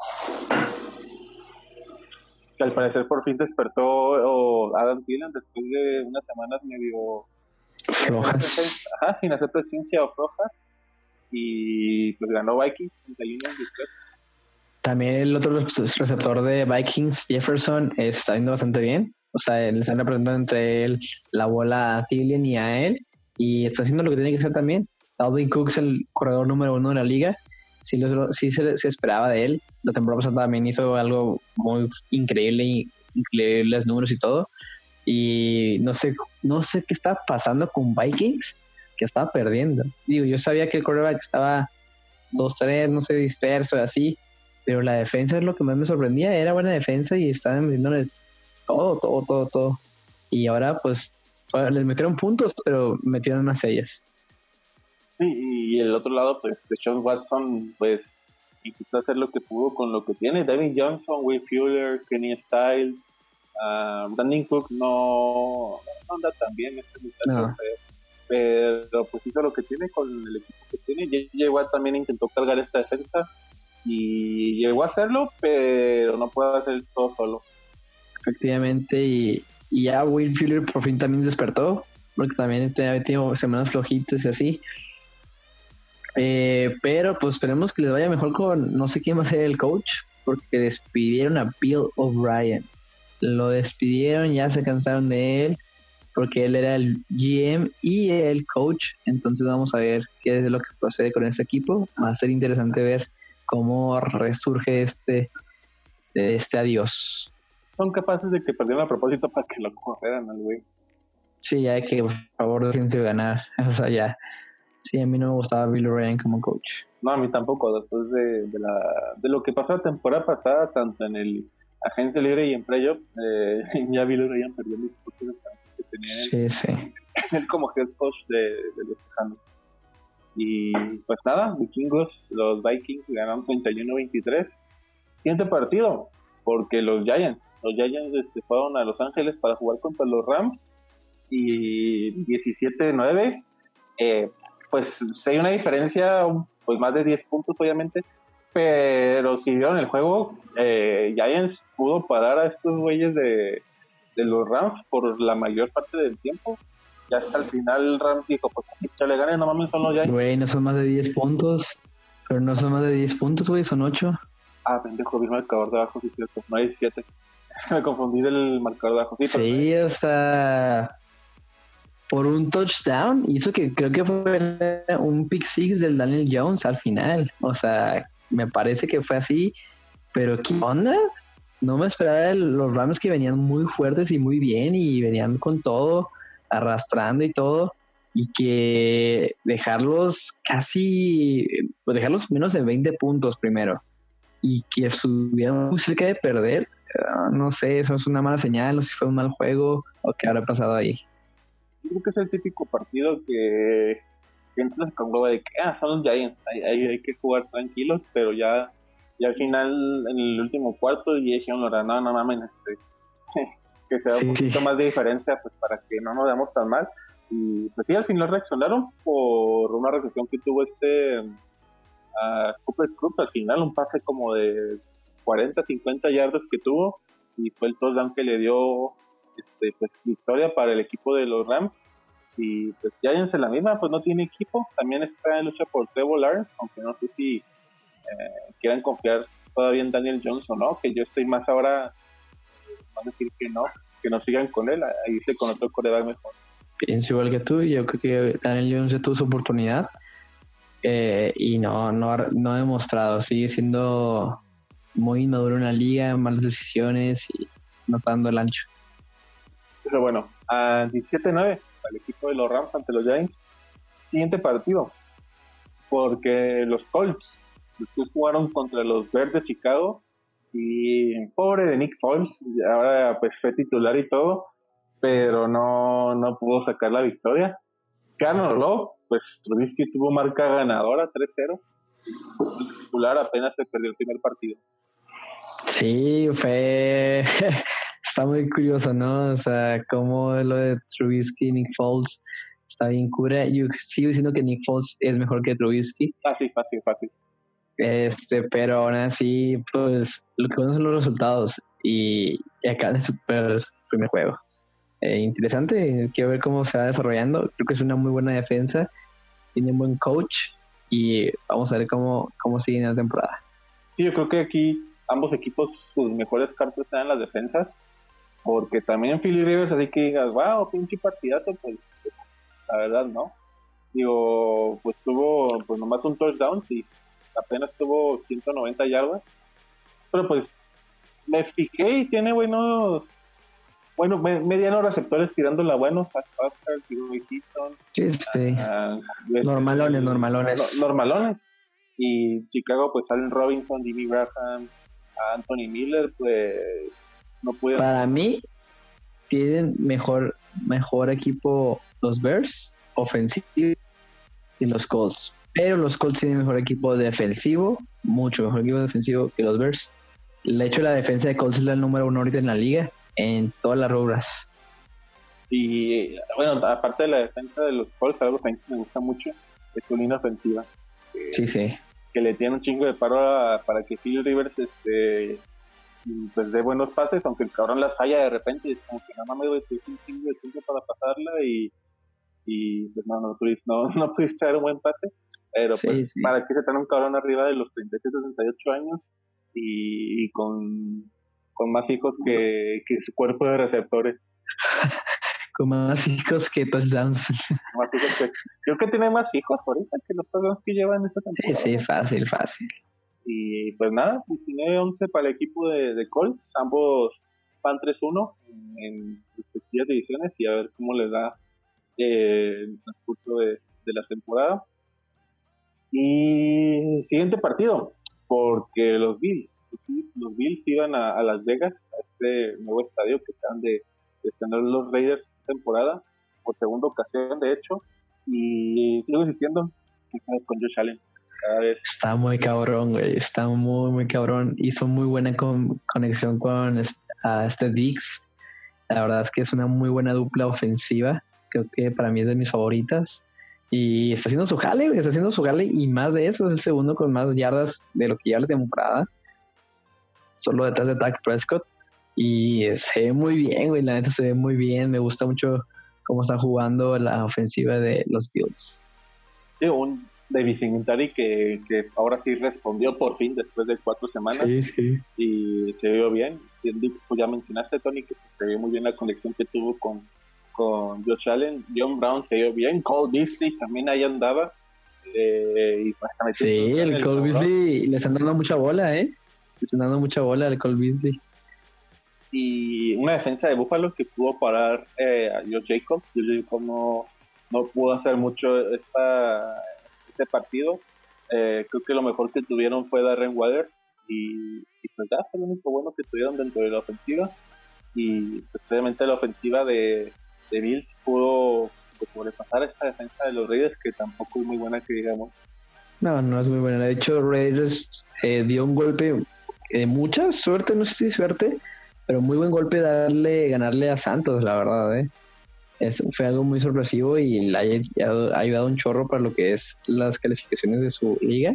que al parecer por fin despertó o Adam Thielen después de unas semanas medio flojas, ajá, sin hacer presencia o flojas, y pues ganó Vikings treinta y uno veintitrés. También el otro receptor de Vikings, Jefferson, está yendo bastante bien. O sea, le están representando entre él la bola a Thielen y a él. Y está haciendo lo que tiene que hacer también. Dalvin Cook es el corredor número uno de la liga. Sí, lo, sí se, se esperaba de él. La temporada pasada también hizo algo muy increíble, increíbles números y todo. Y no sé, no sé qué está pasando con Vikings, que estaba perdiendo. Digo, yo sabía que el quarterback estaba dos tres, no sé, disperso y así, pero la defensa es lo que más me sorprendía. Era buena defensa y estaban metiéndoles todo, todo, todo, todo. Y ahora, pues, les metieron puntos, pero metieron unas sellas. Sí, y el otro lado, pues, de Sean Watson, pues, intentó hacer lo que pudo con lo que tiene. David Johnson, Will Fuller, Kenny Styles, uh, Brandon Cook no, no anda tan bien este muchacho, no. pero, pero pues hizo lo que tiene con el equipo que tiene. J J Watt también intentó cargar esta defensa y llegó a hacerlo, pero no puede hacer todo solo. Efectivamente, y, y ya Will Fuller por fin también despertó, porque también había tenido semanas flojitas y así. Eh, pero pues esperemos que les vaya mejor con no sé quién va a ser el coach, porque despidieron a Bill O'Brien. Lo despidieron, ya se cansaron de él, porque él era el G M y el coach. Entonces vamos a ver qué es lo que procede con este equipo. Va a ser interesante ver cómo resurge este, este adiós. Son capaces de que perdieron a propósito para que lo corrieran al güey. Sí, ya hay que, por favor, déjense ganar. O sea, ya. Sí, a mí no me gustaba Bill O'Brien como coach. No, a mí tampoco. Después de, de, la, de lo que pasó la temporada pasada, tanto en el agencia libre y en playoff, eh, ya Bill O'Brien perdió los puntos que tenía sí, él, sí. él como head coach de, de los Tejanos. Y pues nada, vikingos, los Vikings ganaron treinta y uno veintitrés. Siguiente partido, porque los Giants, los Giants este, fueron a Los Ángeles para jugar contra los Rams y diecisiete nueve. Eh, pues sí hay una diferencia, pues más de diez puntos obviamente, pero si vieron el juego, eh, Giants pudo parar a estos güeyes de, de los Rams por la mayor parte del tiempo. Ya hasta el final Rams dijo, pues ya le ganen, no mames, son los Giants. Güey, no son más de diez puntos, pero no son más de diez puntos, güey, son ocho. Ah, pendejo, vi el marcador de abajo, sí, cierto, no hay diecisiete. Me confundí del marcador de abajo. Sí, sí o sea, por un touchdown, hizo que creo que fue un pick six del Daniel Jones al final. O sea, me parece que fue así, pero ¿qué onda? No me esperaba de los Rams, que venían muy fuertes y muy bien y venían con todo, arrastrando y todo, y que dejarlos casi, pues dejarlos menos de veinte puntos primero y que estuvieran muy cerca de perder, no sé, eso es una mala señal, o si fue un mal juego, o qué habrá pasado ahí. Yo creo que es el típico partido que, que entras con globo de que ah, son los Giants, hay, hay, hay que jugar tranquilos, pero ya, ya al final, en el último cuarto, y dijeron, no, no, no mames, este, que sea sí, un poquito sí. más de diferencia, pues para que no nos veamos tan mal. Y pues sí, al final reaccionaron por una recepción que tuvo este uh, Cooper Kupp, al final un pase como de cuarenta, cincuenta yardas que tuvo, y fue el touchdown que le dio este, pues, victoria para el equipo de los Rams. Y pues Giants en la misma, pues no tiene equipo, también está en lucha por Trevor Lawrence, aunque no sé si eh, quieran confiar todavía en Daniel Jones o no, que yo estoy más ahora, van a decir que no, que no sigan con él, ahí se con otro quarterback mejor. Pienso igual que tú, yo creo que Daniel Jones ya tuvo su oportunidad eh, y no, no, no ha demostrado, sigue siendo muy inmaduro en la liga, malas decisiones y no está dando el ancho. Pero bueno, a diecisiete nueve al equipo de los Rams ante los Giants. Siguiente partido, porque los Colts después jugaron contra los Bears de Chicago y pobre de Nick Foles, ahora pues fue titular y todo, pero no, no pudo sacar la victoria. Ganó, pues Trubisky tuvo marca ganadora tres cero, el titular apenas se perdió el primer partido. Sí, fue... está muy curioso, ¿no? O sea, como lo de Trubisky y Nick Foles está bien cura. Yo sigo diciendo que Nick Foles es mejor que Trubisky. Fácil, fácil, fácil. Este, pero aún así, pues, lo que bueno son los resultados. Y, y acá es su primer juego. Eh, interesante, quiero ver cómo se va desarrollando. Creo que es una muy buena defensa. Tiene un buen coach. Y vamos a ver cómo, cómo sigue en la temporada. Sí, yo creo que aquí ambos equipos, sus mejores cartas están en las defensas. Porque también en Philly Rivers, así que digas, wow, pinche partidazo, pues la verdad no. Digo, pues tuvo pues nomás un touchdown y apenas tuvo ciento noventa yardas. Pero pues me fijé y tiene buenos, bueno, medianos receptores tirándola buenos. Oscar, Houston, este, uh, normalones, normalones. Normalones. Y Chicago, pues Allen Robinson, Jimmy Graham, Anthony Miller, pues no puede. Para mí tienen mejor mejor equipo los Bears ofensivo y los Colts, pero los Colts tienen mejor equipo defensivo, mucho mejor equipo defensivo que los Bears. De hecho, la defensa de Colts es la número uno ahorita en la liga en todas las rubras. Y bueno, aparte de la defensa de los Colts, algo que me gusta mucho es su línea ofensiva, que, sí sí que le tiene un chingo de paro a, para que Phil Rivers este pues de buenos pases, aunque el cabrón las falla de repente, es como que nada más me voy a decir un chingo de tiempo para pasarla y, y pues no, no, pudiste, no, no pudiste dar un buen pase, pero sí, pues sí. Para que se tenga un cabrón arriba de los treinta y siete, treinta y ocho años y, y con, con más hijos que, que su cuerpo de receptores. Con más hijos que touchdowns. Más hijos que, creo que tiene más hijos ahorita que los touchdowns que llevan esta temporada. Sí, sí, fácil, fácil. Y pues nada, diecinueve once para el equipo de, de Colts, ambos van tres uno en, en respectivas divisiones y a ver cómo les da eh, el transcurso de, de la temporada. Y siguiente partido, porque los Bills, los Bills iban a, a Las Vegas, a este nuevo estadio que están de, de tener los Raiders esta temporada, por segunda ocasión de hecho, y sigo insistiendo que con Josh Allen. Está muy cabrón, güey. Está muy, muy cabrón. Hizo muy buena con, conexión con este, uh, este Diggs. La verdad es que es una muy buena dupla ofensiva. Creo que para mí es de mis favoritas. Y está haciendo su jale, güey. Está haciendo su jale. Y más de eso, es el segundo con más yardas de lo que ya la temporada. Solo detrás de Dak Prescott. Y se ve muy bien, güey. La neta se ve muy bien. Me gusta mucho cómo está jugando la ofensiva de los Bills. Sí, un David Singletary que, que ahora sí respondió por fin después de cuatro semanas. Sí, sí. Y se vio bien. Pues ya mencionaste, Tony, que se vio muy bien la conexión que tuvo con, con Josh Allen. John Brown se vio bien. Cole Beasley también ahí andaba. Eh, y pues, sí, el, el Cole Beasley le están dando mucha bola, ¿eh? Le están dando mucha bola al Cole Beasley. Y una defensa de Buffalo que pudo parar eh, a Josh Jacobs. Josh Jacobs no, no pudo hacer mucho esta... este partido. Eh, creo que lo mejor que tuvieron fue Darren Waller y, y pues ya fue lo único bueno que tuvieron dentro de la ofensiva. Y pues obviamente la ofensiva de, de Bills pudo pues, sobrepasar esta defensa de los Raiders, que tampoco es muy buena que digamos. No, no es muy buena. De hecho, Raiders eh, dio un golpe de mucha suerte, no sé si suerte, pero muy buen golpe darle, ganarle a Santos, la verdad, ¿eh? Es, fue algo muy sorpresivo y le ha ayudado, ha ayudado un chorro para lo que es las calificaciones de su liga,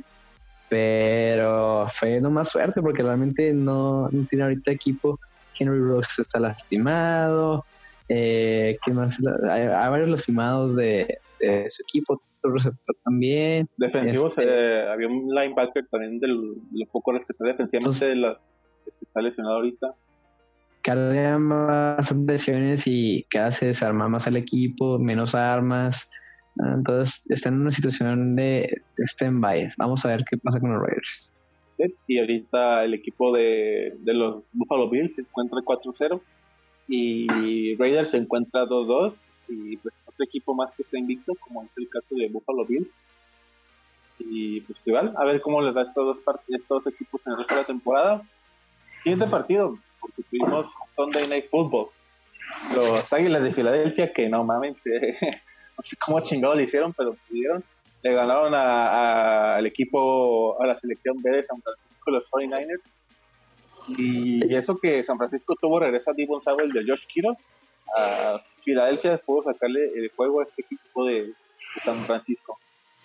pero fue nomás suerte porque realmente no, no tiene ahorita equipo. Henry Rocks está lastimado, eh, ¿qué más? Hay, hay varios lastimados de, de su equipo, otro receptor también. Defensivos, Este, eh, había un linebacker también de los pocos que está defensivamente de la, que está lesionado ahorita. Carga más lesiones y cada vez se desarma más al equipo, menos armas. Entonces están en una situación de stand-by. Vamos a ver qué pasa con los Raiders. Y ahorita el equipo de, de los Buffalo Bills se encuentra cuatro cero y Raiders se encuentra dos dos y pues otro equipo más que está invicto, como es el caso de Buffalo Bills. Y pues igual, a ver cómo les da estos dos, part- estos equipos en el resto de la temporada. Siguiente partido, porque tuvimos Sunday Night Football. Los Águilas de Filadelfia, que no mames, no sé cómo chingados le hicieron, pero pudieron. Le ganaron a, a, al equipo, a la selección B de San Francisco, los cuarenta y nueve ers. Y eso que San Francisco tuvo regreso a Devon Samuel de Josh Kittle. A Filadelfia pudo sacarle el juego a este equipo de, de San Francisco.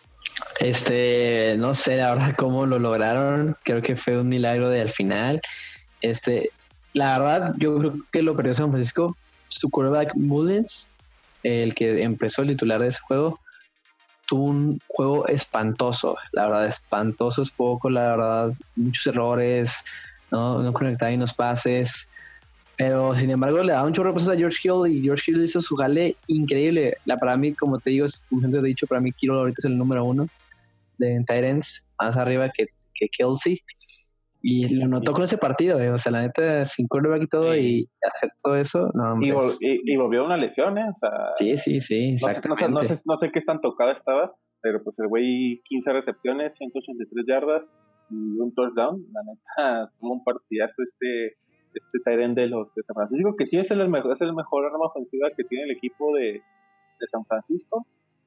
Este, no sé la verdad cómo lo lograron. Creo que fue un milagro de al final. Este, la verdad, yo creo que lo perdió San Francisco. Su quarterback Mullins, el que empezó el titular de ese juego, tuvo un juego espantoso, la verdad, espantoso es poco, la verdad, muchos errores, no, no conectaba en los pases, pero sin embargo le daba un chorro de pases a George Hill y George Hill hizo su jale increíble. La, para mí, como te digo, es, como siempre he dicho, para mí Kittle ahorita es el número uno de tight ends, más arriba que, que Kelsey. Y lo notó con ese partido, eh. O sea, la neta, sin quarterback y todo, sí. Y hacer todo eso, no, hombre. Y, vol- y, y volvió una lesión, ¿eh? O sea, sí, sí, sí, exactamente. No sé, no, sé, no, sé, no sé qué tan tocada estaba, pero pues el güey, quince recepciones, ciento ochenta y tres yardas y un touchdown. La neta, tuvo un partidazo este, este tight end de los de San Francisco, que sí es el mejor, es el mejor arma ofensiva que tiene el equipo de, de San Francisco.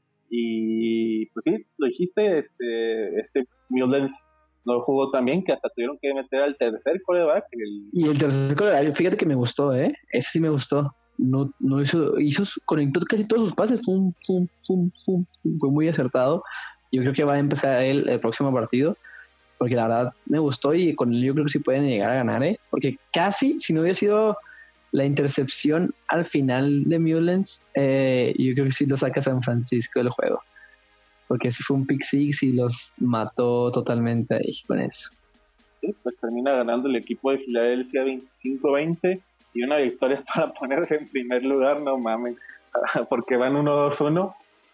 Y pues sí, lo dijiste, este, este Mullens no jugó también, que hasta tuvieron que meter al tercer coreback. El... Y el tercer coreback, fíjate que me gustó, ¿eh? Ese sí me gustó. No, no hizo, hizo, conectó casi todos sus pases, pum, pum, pum, pum, fue muy acertado. Yo creo que va a empezar él el próximo partido, porque la verdad me gustó y con él yo creo que sí pueden llegar a ganar, ¿eh? Porque casi, si no hubiera sido la intercepción al final de Mullens, eh, yo creo que sí lo saca San Francisco del juego. Porque sí fue un pick six y los mató totalmente ahí con eso. Sí, pues termina ganando el equipo de Filadelfia veinticinco veinte y una victoria para ponerse en primer lugar, no mames, porque van uno dos uno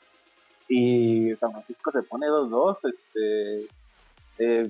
y San Francisco se pone dos dos. Este, eh,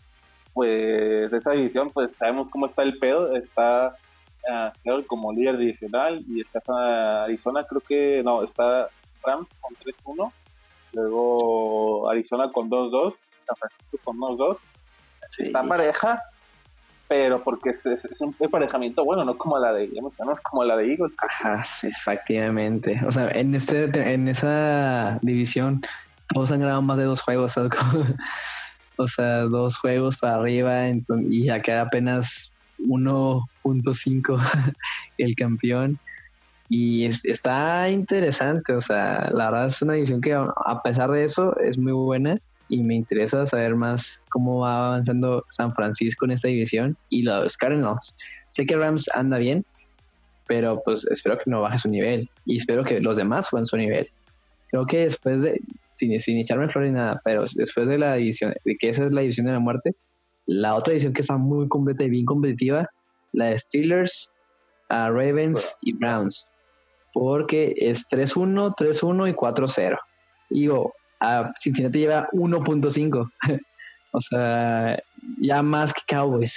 pues esa división, pues sabemos cómo está el pedo. Está uh, como líder divisional y está uh, Arizona, creo que no, está Rams con tres uno, luego Arizona con dos dos, San Francisco con dos dos. Sí. Está pareja, pero porque es, es, es un emparejamiento bueno, no como la de, no es como la de Eagles. Ajá, sí, efectivamente. O sea, en este en esa división todos han grabado más de dos juegos, ¿sabes? O sea, dos juegos para arriba, entonces, y acá apenas uno punto cinco el campeón. Y es, está interesante, o sea, la verdad es una división que a pesar de eso es muy buena. Y me interesa saber más cómo va avanzando San Francisco en esta división y los Cardinals. Sé que Rams anda bien, pero pues espero que no baje su nivel y espero que los demás suban su nivel. Creo que después de, sin, sin echarme flor ni nada, pero después de la división, de que esa es la división de la muerte, la otra división que está muy completa y bien competitiva, la de Steelers, uh, Ravens y Browns, porque es tres uno, tres uno y cuatro cero. Digo, a Cincinnati lleva uno punto cinco. O sea, ya más que Cowboys.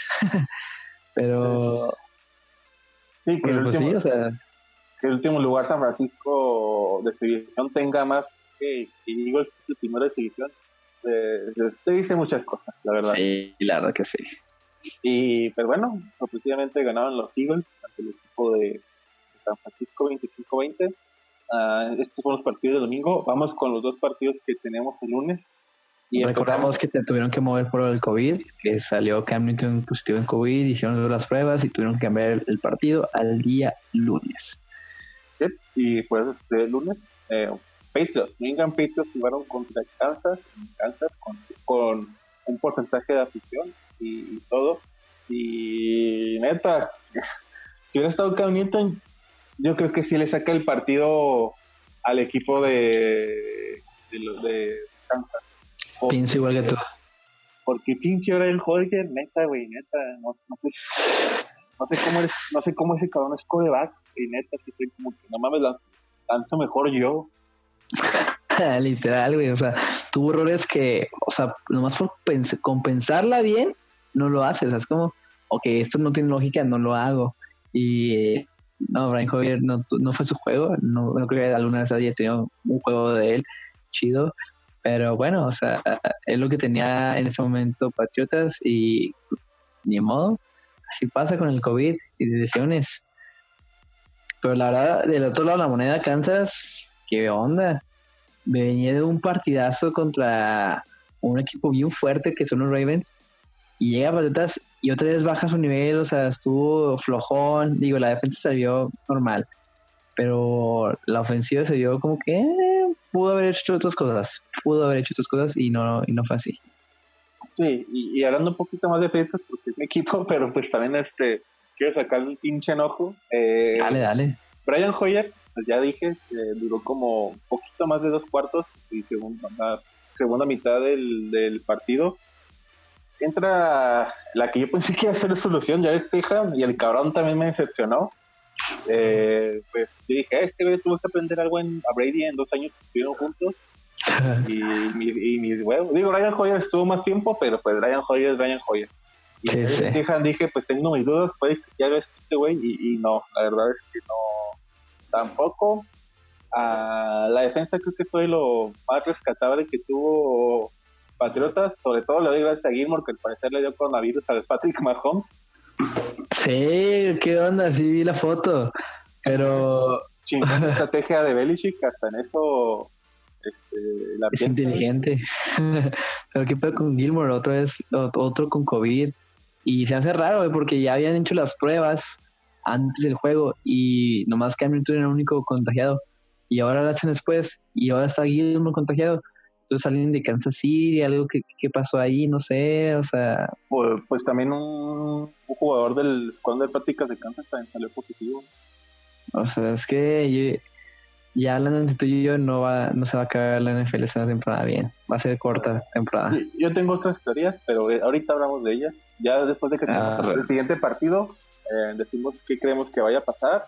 Pero sí, que, el pues último, sí, o sea, que el último lugar San Francisco de su división tenga más que, que Eagles, el primero de su división. Eh, usted dice muchas cosas, la verdad. Sí, la verdad que sí. Y pues bueno, sorpresivamente ganaron los Eagles ante el equipo de San Francisco veinticinco veinte. Uh, estos son los partidos de domingo. Vamos con los dos partidos que tenemos el lunes. Y recordamos que se tuvieron que mover por el COVID, que salió Cam Newton positivo en COVID, hicieron las pruebas y tuvieron que cambiar el partido al día lunes. Sí, y pues este lunes, eh, Patriots, New England Patriots jugaron contra Kansas, Kansas con, con un porcentaje de afición y, y todo. Y neta, si hubiera estado Cam Newton, yo creo que sí le saca el partido al equipo de, de, de Kansas. Porque, pienso igual que tú. Porque pinche ahora el Holger, neta, güey, neta, no, no sé, no sé cómo es, no sé cómo ese cabrón es coreback, y neta, que estoy como que no mames, lanzo mejor yo. Literal, güey, o sea, tuvo errores que, o sea, nomás por pens- compensarla bien, no lo haces, o sea, es como, ok, esto no tiene lógica, no lo hago. Y no, Brian Hoyer no, no fue su juego, no, no creo que alguna vez haya tenido un juego de él chido. Pero bueno, o sea, es lo que tenía en ese momento Patriotas y ni modo, así pasa con el COVID y decisiones. Pero la verdad, del otro lado de la moneda, Kansas, ¿qué onda? Venía de un partidazo contra un equipo bien fuerte que son los Ravens y llega a Patriotas y otra vez baja su nivel, o sea, estuvo flojón, digo, la defensa se vio normal, pero la ofensiva se vio como que eh, pudo haber hecho otras cosas, pudo haber hecho otras cosas y no, y no fue así. Sí, y, y hablando un poquito más de Patriots, porque es mi equipo, pero pues también este quiero sacar un pinche enojo. Eh, dale, dale. Brian Hoyer, pues ya dije, eh, duró como un poquito más de dos cuartos y segunda, la segunda mitad del, del partido. Entra la que yo pensé que iba a ser la solución, ya es Tejan, y el cabrón también me decepcionó. Eh, pues yo dije, este güey tuvo que aprender algo en, a Brady en dos años que estuvieron juntos. y, y, y mis huevos, digo, Brian Hoyer estuvo más tiempo, pero pues Brian Hoyer es Brian Hoyer. Y sí, sí. Tejan dije, pues tengo mis dudas, puede que sea este güey, y, y no, la verdad es que no, tampoco. Uh, la defensa creo que fue lo más rescatable que tuvo Patriotas, sobre todo le doy gracias a Gilmore, que al parecer le dio coronavirus a Patrick Mahomes. Sí, qué onda, sí vi la foto, pero... Chingón estrategia de Belichick, hasta en eso este, la es piensa. Inteligente. Pero qué pedo con Gilmore, otra vez, otro con COVID, y se hace raro, porque ya habían hecho las pruebas antes del juego, y nomás Cam Newton era el único contagiado, y ahora lo hacen después, y ahora está Gilmore contagiado. Entonces alguien de Kansas City, algo que, que pasó ahí, no sé, o sea... Pues, pues también un, un jugador del escuadrón de prácticas de Kansas también salió positivo. O sea, es que yo, ya hablando entre tú y yo, no va, no se va a acabar la N F L esta temporada bien. Va a ser corta temporada. Yo tengo otras teorías, pero ahorita hablamos de ellas. Ya después de que tengamos ah, el siguiente partido, eh, decimos qué creemos que vaya a pasar.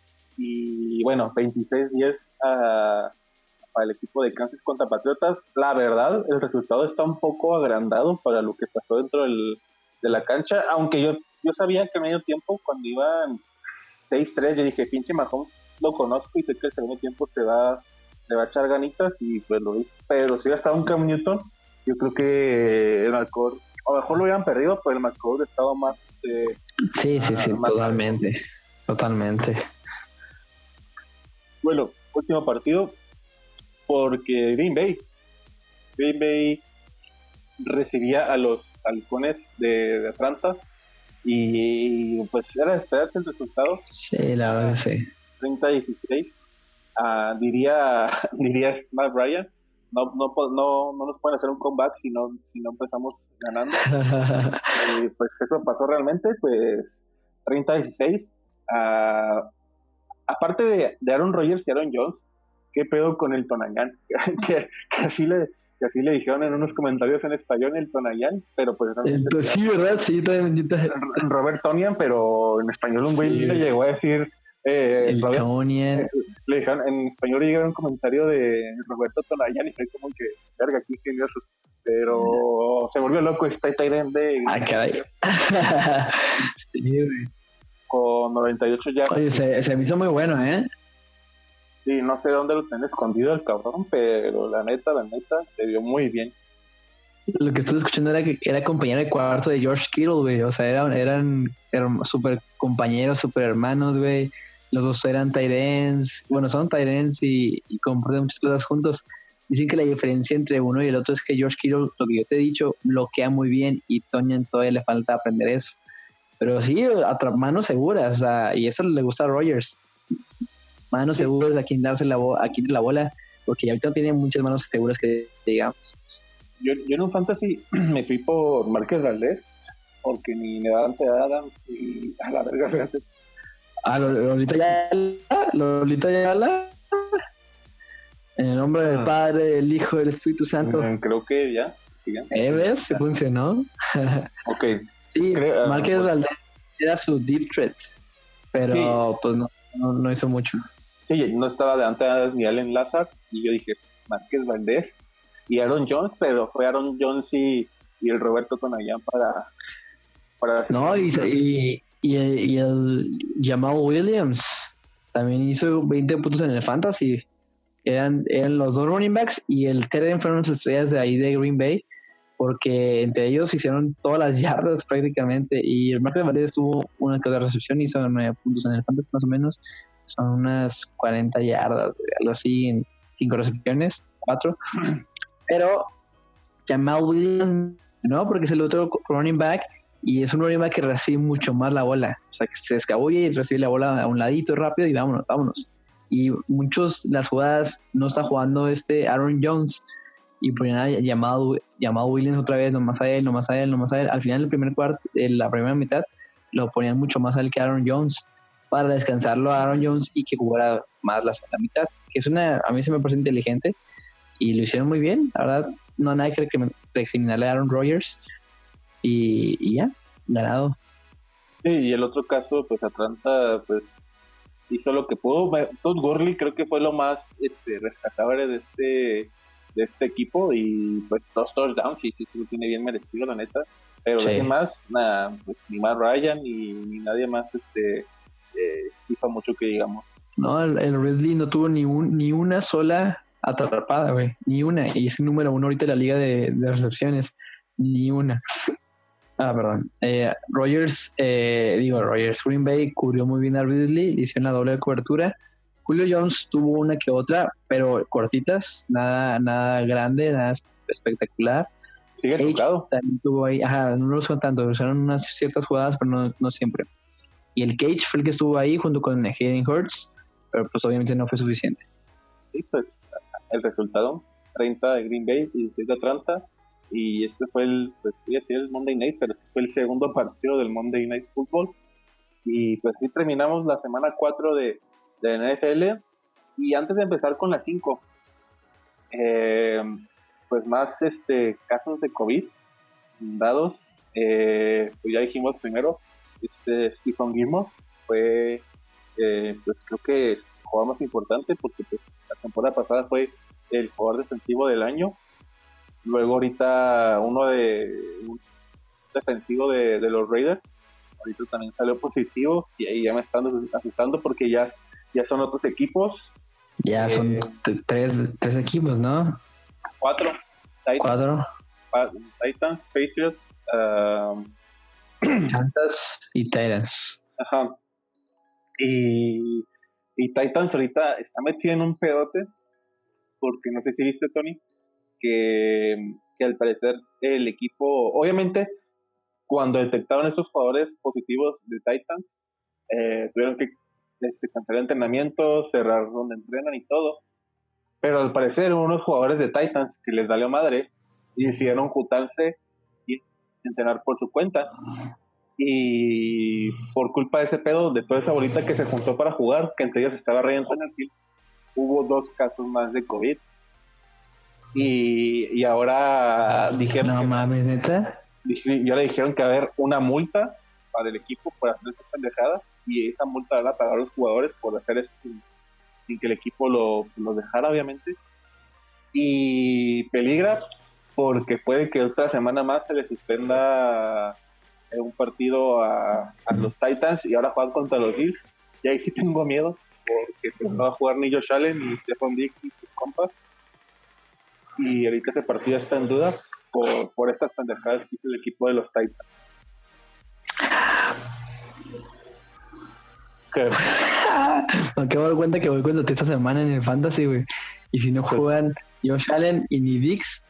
Y bueno, veintiséis diez a... para el equipo de Kansas contra Patriotas. La verdad, el resultado está un poco agrandado para lo que pasó dentro del, de la cancha, aunque yo, yo sabía que a medio tiempo, cuando iban seis tres, yo dije, pinche Mahomes, lo conozco y sé que el segundo tiempo se va, se va a echar ganitas, y pues lo hizo. Pero si hubiera estado un Cam Newton, yo creo que el marcador, a lo mejor lo hubieran perdido, pero el marcador estaba más... Eh, sí, sí, sí, más totalmente, alto. Totalmente. Bueno, último partido, porque Green Bay Green Bay recibía a los halcones de, de Atlanta, y pues era de esperarse el resultado. Sí, la verdad que sí. treinta a dieciséis, uh, diría diría Matt Ryan, no, no, no, no nos pueden hacer un comeback si no, si no empezamos ganando. Y pues eso pasó realmente, pues treinta a dieciséis. Uh, aparte de, de Aaron Rodgers y Aaron Jones, ¿qué pedo con el Tonayán? que, que, así le, que así le dijeron en unos comentarios en español, el Tonayán, pero pues... Entonces, sí, ¿verdad? Sí, también. Robert Tonyan, pero en español un güey sí. le llegó a decir... Eh, el Robert, Tonyan. Eh, le dijeron, en español le llegaron un comentario de Roberto Tonayán y fue como que, verga, qué ingeniosos. Pero se volvió loco este Tyrant de... Ah, caray. Sí, güey. Con noventa y ocho ya. Oye, se, se me hizo muy bueno, ¿eh? Sí, no sé dónde lo tienen escondido el cabrón, pero la neta, la neta, se vio muy bien. Lo que estuve escuchando era que era compañero de cuarto de George Kittle, güey. O sea, eran, eran, eran súper compañeros, súper hermanos, güey. Los dos eran tight ends. Bueno, son tight ends y, y comparten muchas cosas juntos. Dicen que la diferencia entre uno y el otro es que George Kittle, lo que yo te he dicho, bloquea muy bien y Tonyan todavía le falta aprender eso. Pero sí, a manos seguras, o sea, y eso le gusta a Rodgers. Manos Sí. seguras a quien darse la, bo- a quien la bola, porque ahorita no tiene muchas manos seguras que digamos. Yo, yo en un fantasy me fui por Márquez Valdés, porque ni me daban Adams y a la verga, fíjate. Ah, Lolita Yala, Lolita Yala, en el nombre del Ah. Padre, del Hijo, del Espíritu Santo. Mm, Creo que ya. sí, ya. ¿Eh, ves? Se funcionó. Ok. Sí, Creo, ah, Márquez pues, Valdés era su deep threat, pero Sí. pues no, no, no hizo mucho. Sí, no estaba de antes ni Allen Lazard, y yo dije, Márquez Valdés y Aaron Jones, pero fue Aaron Jones y, y el Roberto Tonayán para, para No, y, y, y, el, y el Jamal Williams también hizo veinte puntos en el Fantasy. Eran, eran los dos running backs y el Teren fueron las estrellas de ahí de Green Bay, porque entre ellos hicieron todas las yardas prácticamente. Y el Marcos Valdez tuvo una que otra recepción, hizo nueve puntos en el Fantasy más o menos. Son unas cuarenta yardas, algo así, en cinco recepciones, cuatro. Pero Jamal Williams, no, porque es el otro running back y es un running back que recibe mucho más la bola. O sea, que se escabulle y recibe la bola a un ladito rápido y vámonos, vámonos. Y muchos las jugadas no está jugando este Aaron Jones y ponían a llamado, llamado Williams otra vez, nomás a él, nomás a él, nomás a él. Al final del primer cuarto, en la primera mitad, lo ponían mucho más a él que a Aaron Jones para descansarlo a Aaron Jones y que jugara más la segunda mitad. Que es una, a mí se me parece inteligente y lo hicieron muy bien. La verdad, no hay nada que recriminarle a Aaron Rodgers y, y ya, ganado. Sí, y el otro caso, pues Atlanta, pues hizo lo que pudo. Todd Gurley creo que fue lo más este, rescatable de este de este equipo y pues dos touchdowns y sí, sí lo tiene bien merecido, la neta. Pero Sí. de qué más, nada, pues ni más Ryan ni, ni nadie más este eh, hizo mucho que digamos. No, el, el Ridley no tuvo ni, un, ni una sola atrapada, güey, ni una. Y es el número uno ahorita en la liga de, de recepciones, ni una. Ah, perdón. Eh, Rogers, eh, digo, Rogers, Green Bay cubrió muy bien a Ridley, le hicieron la doble cobertura. Julio Jones tuvo una que otra, pero cortitas, nada, nada grande, nada espectacular. Sigue Cage tocado. también tuvo ahí, ajá, no lo usaron tanto, usaron unas ciertas jugadas, pero no, no siempre. Y el Cage fue el que estuvo ahí junto con Hayden Hurts, pero pues obviamente no fue suficiente. Sí, pues el resultado, treinta de Green Bay y dieciséis de Atlanta. Y este fue el, pues voy a decir el Monday Night, pero este fue el segundo partido del Monday Night Football. Y pues sí terminamos la semana cuatro de, de N F L. Y antes de empezar con la cinco, eh, pues más este casos de COVID dados. Eh, pues ya dijimos primero, este Stephon Gilmore fue, eh, pues creo que el jugador más importante porque pues, la temporada pasada fue el jugador defensivo del año. Luego ahorita uno de un defensivo de, de los Raiders, ahorita también salió positivo y ahí ya me están asustando porque ya, ya son otros equipos. Ya eh, son t- tres, tres equipos, ¿no? Cuatro. Titans, Cuatro. pa- Titans Patriots, uh, Kansas y Titans. Ajá. Y, y Titans ahorita está metido en un pedote porque no sé si viste, Tony, que, que al parecer el equipo, obviamente, cuando detectaron estos jugadores positivos de Titans, eh, tuvieron que este, cancelar entrenamientos, cerrar donde entrenan y todo. Pero al parecer unos jugadores de Titans que les valió madre y decidieron juntarse y entrenar por su cuenta. Y por culpa de ese pedo, de toda esa bolita que se juntó para jugar, que entre ellos estaba Ryan Tannehill, hubo dos casos más de COVID. Y, y ahora dijeron No que mames, neta. y ahora dijeron que va a haber una multa para el equipo por hacer esta pendejada y esa multa van a pagar los jugadores por hacer esto sin, sin que el equipo lo, lo dejara, obviamente. Y peligra porque puede que otra semana más se le suspenda un partido a, a los Titans y ahora juegan contra los Bills. Y ahí sí tengo miedo porque pues, no va a jugar ni Josh Allen ni Stephon Diggs ni sus compas. Y ahorita ese partido está en duda. por, por estas pendejadas que hizo el equipo de los Titans. ¿Qué? Me acabo de dar cuenta que voy contra ti esta semana en el Fantasy, güey. Y si no juegan Josh Allen y ni Dix.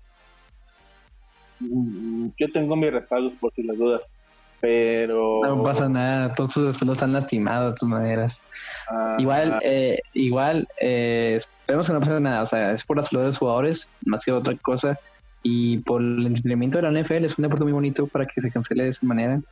Yo tengo mis respaldos por si las dudas. Pero... No pasa nada, todos sus respaldos están lastimados de todas maneras. Ah, igual, eh, igual, eh, esperemos que no pase nada. O sea, es por la salud de los jugadores, más que otra cosa. Y por el entretenimiento de la N F L, es un deporte muy bonito para que se cancele de esa manera.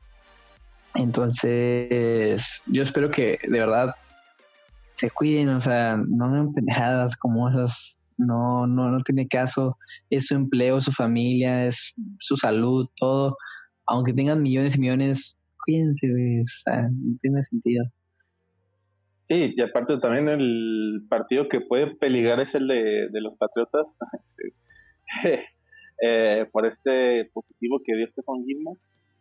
Entonces, yo espero que de verdad se cuiden, o sea, no hagan pendejadas como esas. No, no, no tiene caso. Es su empleo, su familia, es su salud, todo. Aunque tengan millones y millones, cuídense, güey. O sea, no tiene sentido. Sí, y aparte también el partido que puede peligrar es el de, de los Patriotas. eh, por este positivo que dio Stephon Gilmore.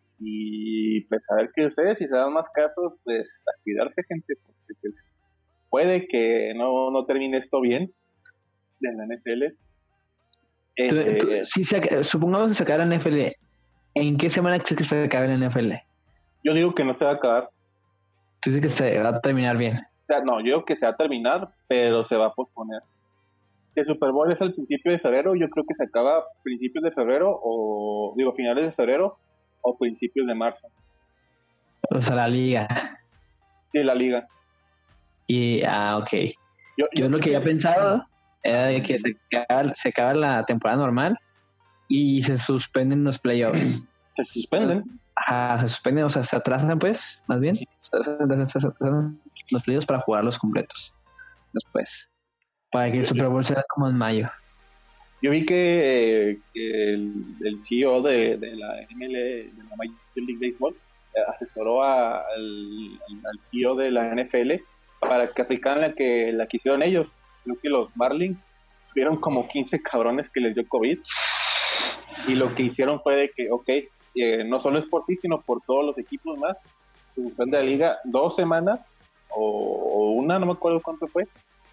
Y pues a ver que ustedes, si se dan más casos, pues a cuidarse, gente, porque pues, puede que no, no termine esto bien de la N F L. Tú, Eh, tú, si se, supongamos que se acaba la N F L, ¿en qué semana crees que se acabe la N F L? Yo digo que no se va a acabar. Tú dices que se va a terminar bien. O sea, no, yo digo que se va a terminar, pero se va a posponer. El Super Bowl es al principio de febrero, yo creo que se acaba principios de febrero, o digo finales de febrero, o principios de marzo. O sea, la liga. Sí, la liga. Y, ah, ok. Yo, yo, yo lo que había pensado era de que se acaba, se acaba la temporada normal y se suspenden los playoffs. ¿Se suspenden? Ajá, se suspenden, o sea, se atrasan pues, más bien. Se atrasan, se atrasan los playoffs para jugarlos completos. Después. Para que el Super Bowl sea como en mayo. Yo vi que, eh, que el, el C E O de, de la M L, de la Major League Baseball, eh, asesoró a, al, al C E O de la N F L para que aplicaran la que, la que hicieron ellos. Creo que los Marlins tuvieron como quince cabrones que les dio COVID. Y lo que hicieron fue de que, ok, eh, no solo es por ti, sino por todos los equipos más. Se suspende la liga dos semanas, o, o una, no me acuerdo cuánto fue,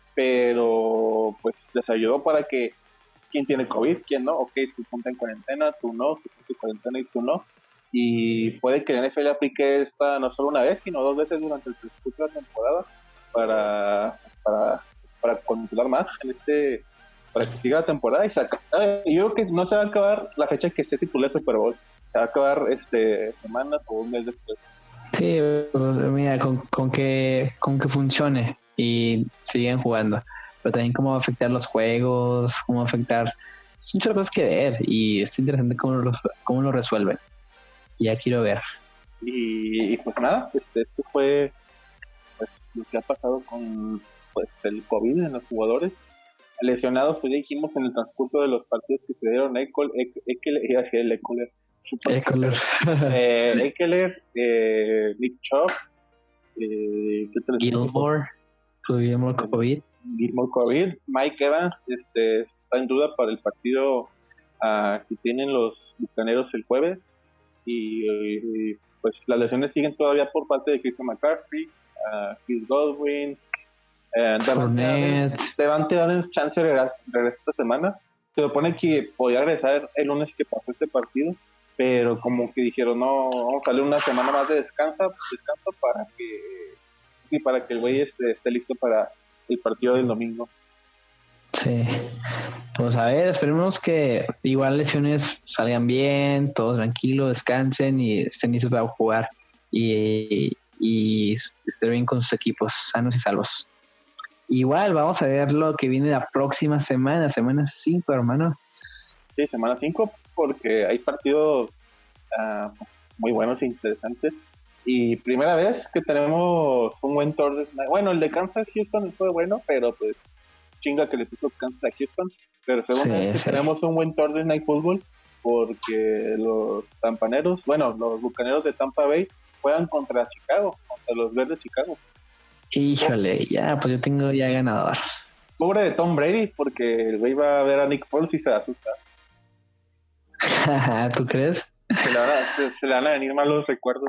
pero pues les ayudó para que quién tiene COVID, quién no, ok, tú ponte en cuarentena, tú no, tú ponte en cuarentena y tú no, y puede que la N F L aplique esta no solo una vez, sino dos veces durante el transcurso de la temporada para, para, para controlar más en este, para que siga la temporada y sacar. Yo creo que no se va a acabar la fecha que esté titulado el Super Bowl, se va a acabar este semanas o un mes después. Sí, pues, mira, con, con que con que funcione y siguen jugando, pero también cómo va a afectar los juegos, cómo va a afectar, son muchas cosas que ver y está interesante cómo lo, cómo lo resuelven. Ya quiero ver. Y, y pues nada, este, esto fue pues, lo que ha pasado con pues, el COVID en los jugadores. Lesionados, pues ya dijimos en el transcurso de los partidos que se dieron, Eckler, Eckler, Eckler, eh, Eckler, eh, Nick Chubb, eh, Gilmore, Gilmore COVID, Gilmore COVID, Mike Evans, este, está en duda para el partido uh, que tienen los Bucaneros el jueves, y, y pues las lesiones siguen todavía por parte de Christian McCaffrey, uh, Chris Godwin, Eh, Davante Adams, chance regresa esta semana. Se supone que podía regresar el lunes que pasó este partido, pero como que dijeron, no, vamos a darle una semana más de descanso, descanso para que sí, para que el güey esté, esté listo para el partido del domingo. Sí, pues a ver, esperemos que igual lesiones salgan bien, todos tranquilos, descansen y estén listos para jugar y, y estén bien con sus equipos, sanos y salvos. Igual vamos a ver lo que viene la próxima semana, semana cinco, hermano. Sí, semana cinco, porque hay partidos uh, pues, muy buenos e interesantes. Y primera vez que tenemos un buen Thursday Night. Bueno, el de Kansas Houston fue bueno, pero pues chinga que le puso Kansas a Houston. Pero segunda sí, vez que sí. tenemos un buen Thursday Night Football, porque los tampaneros, bueno, los bucaneros de Tampa Bay juegan contra Chicago, contra los verdes de Chicago. Híjole, ya, pues yo tengo ya ganador. Pobre de Tom Brady, porque el güey va a ver a Nick Foles y se asusta. ¿Tú crees? Se le, van a, se, se le van a venir malos recuerdos.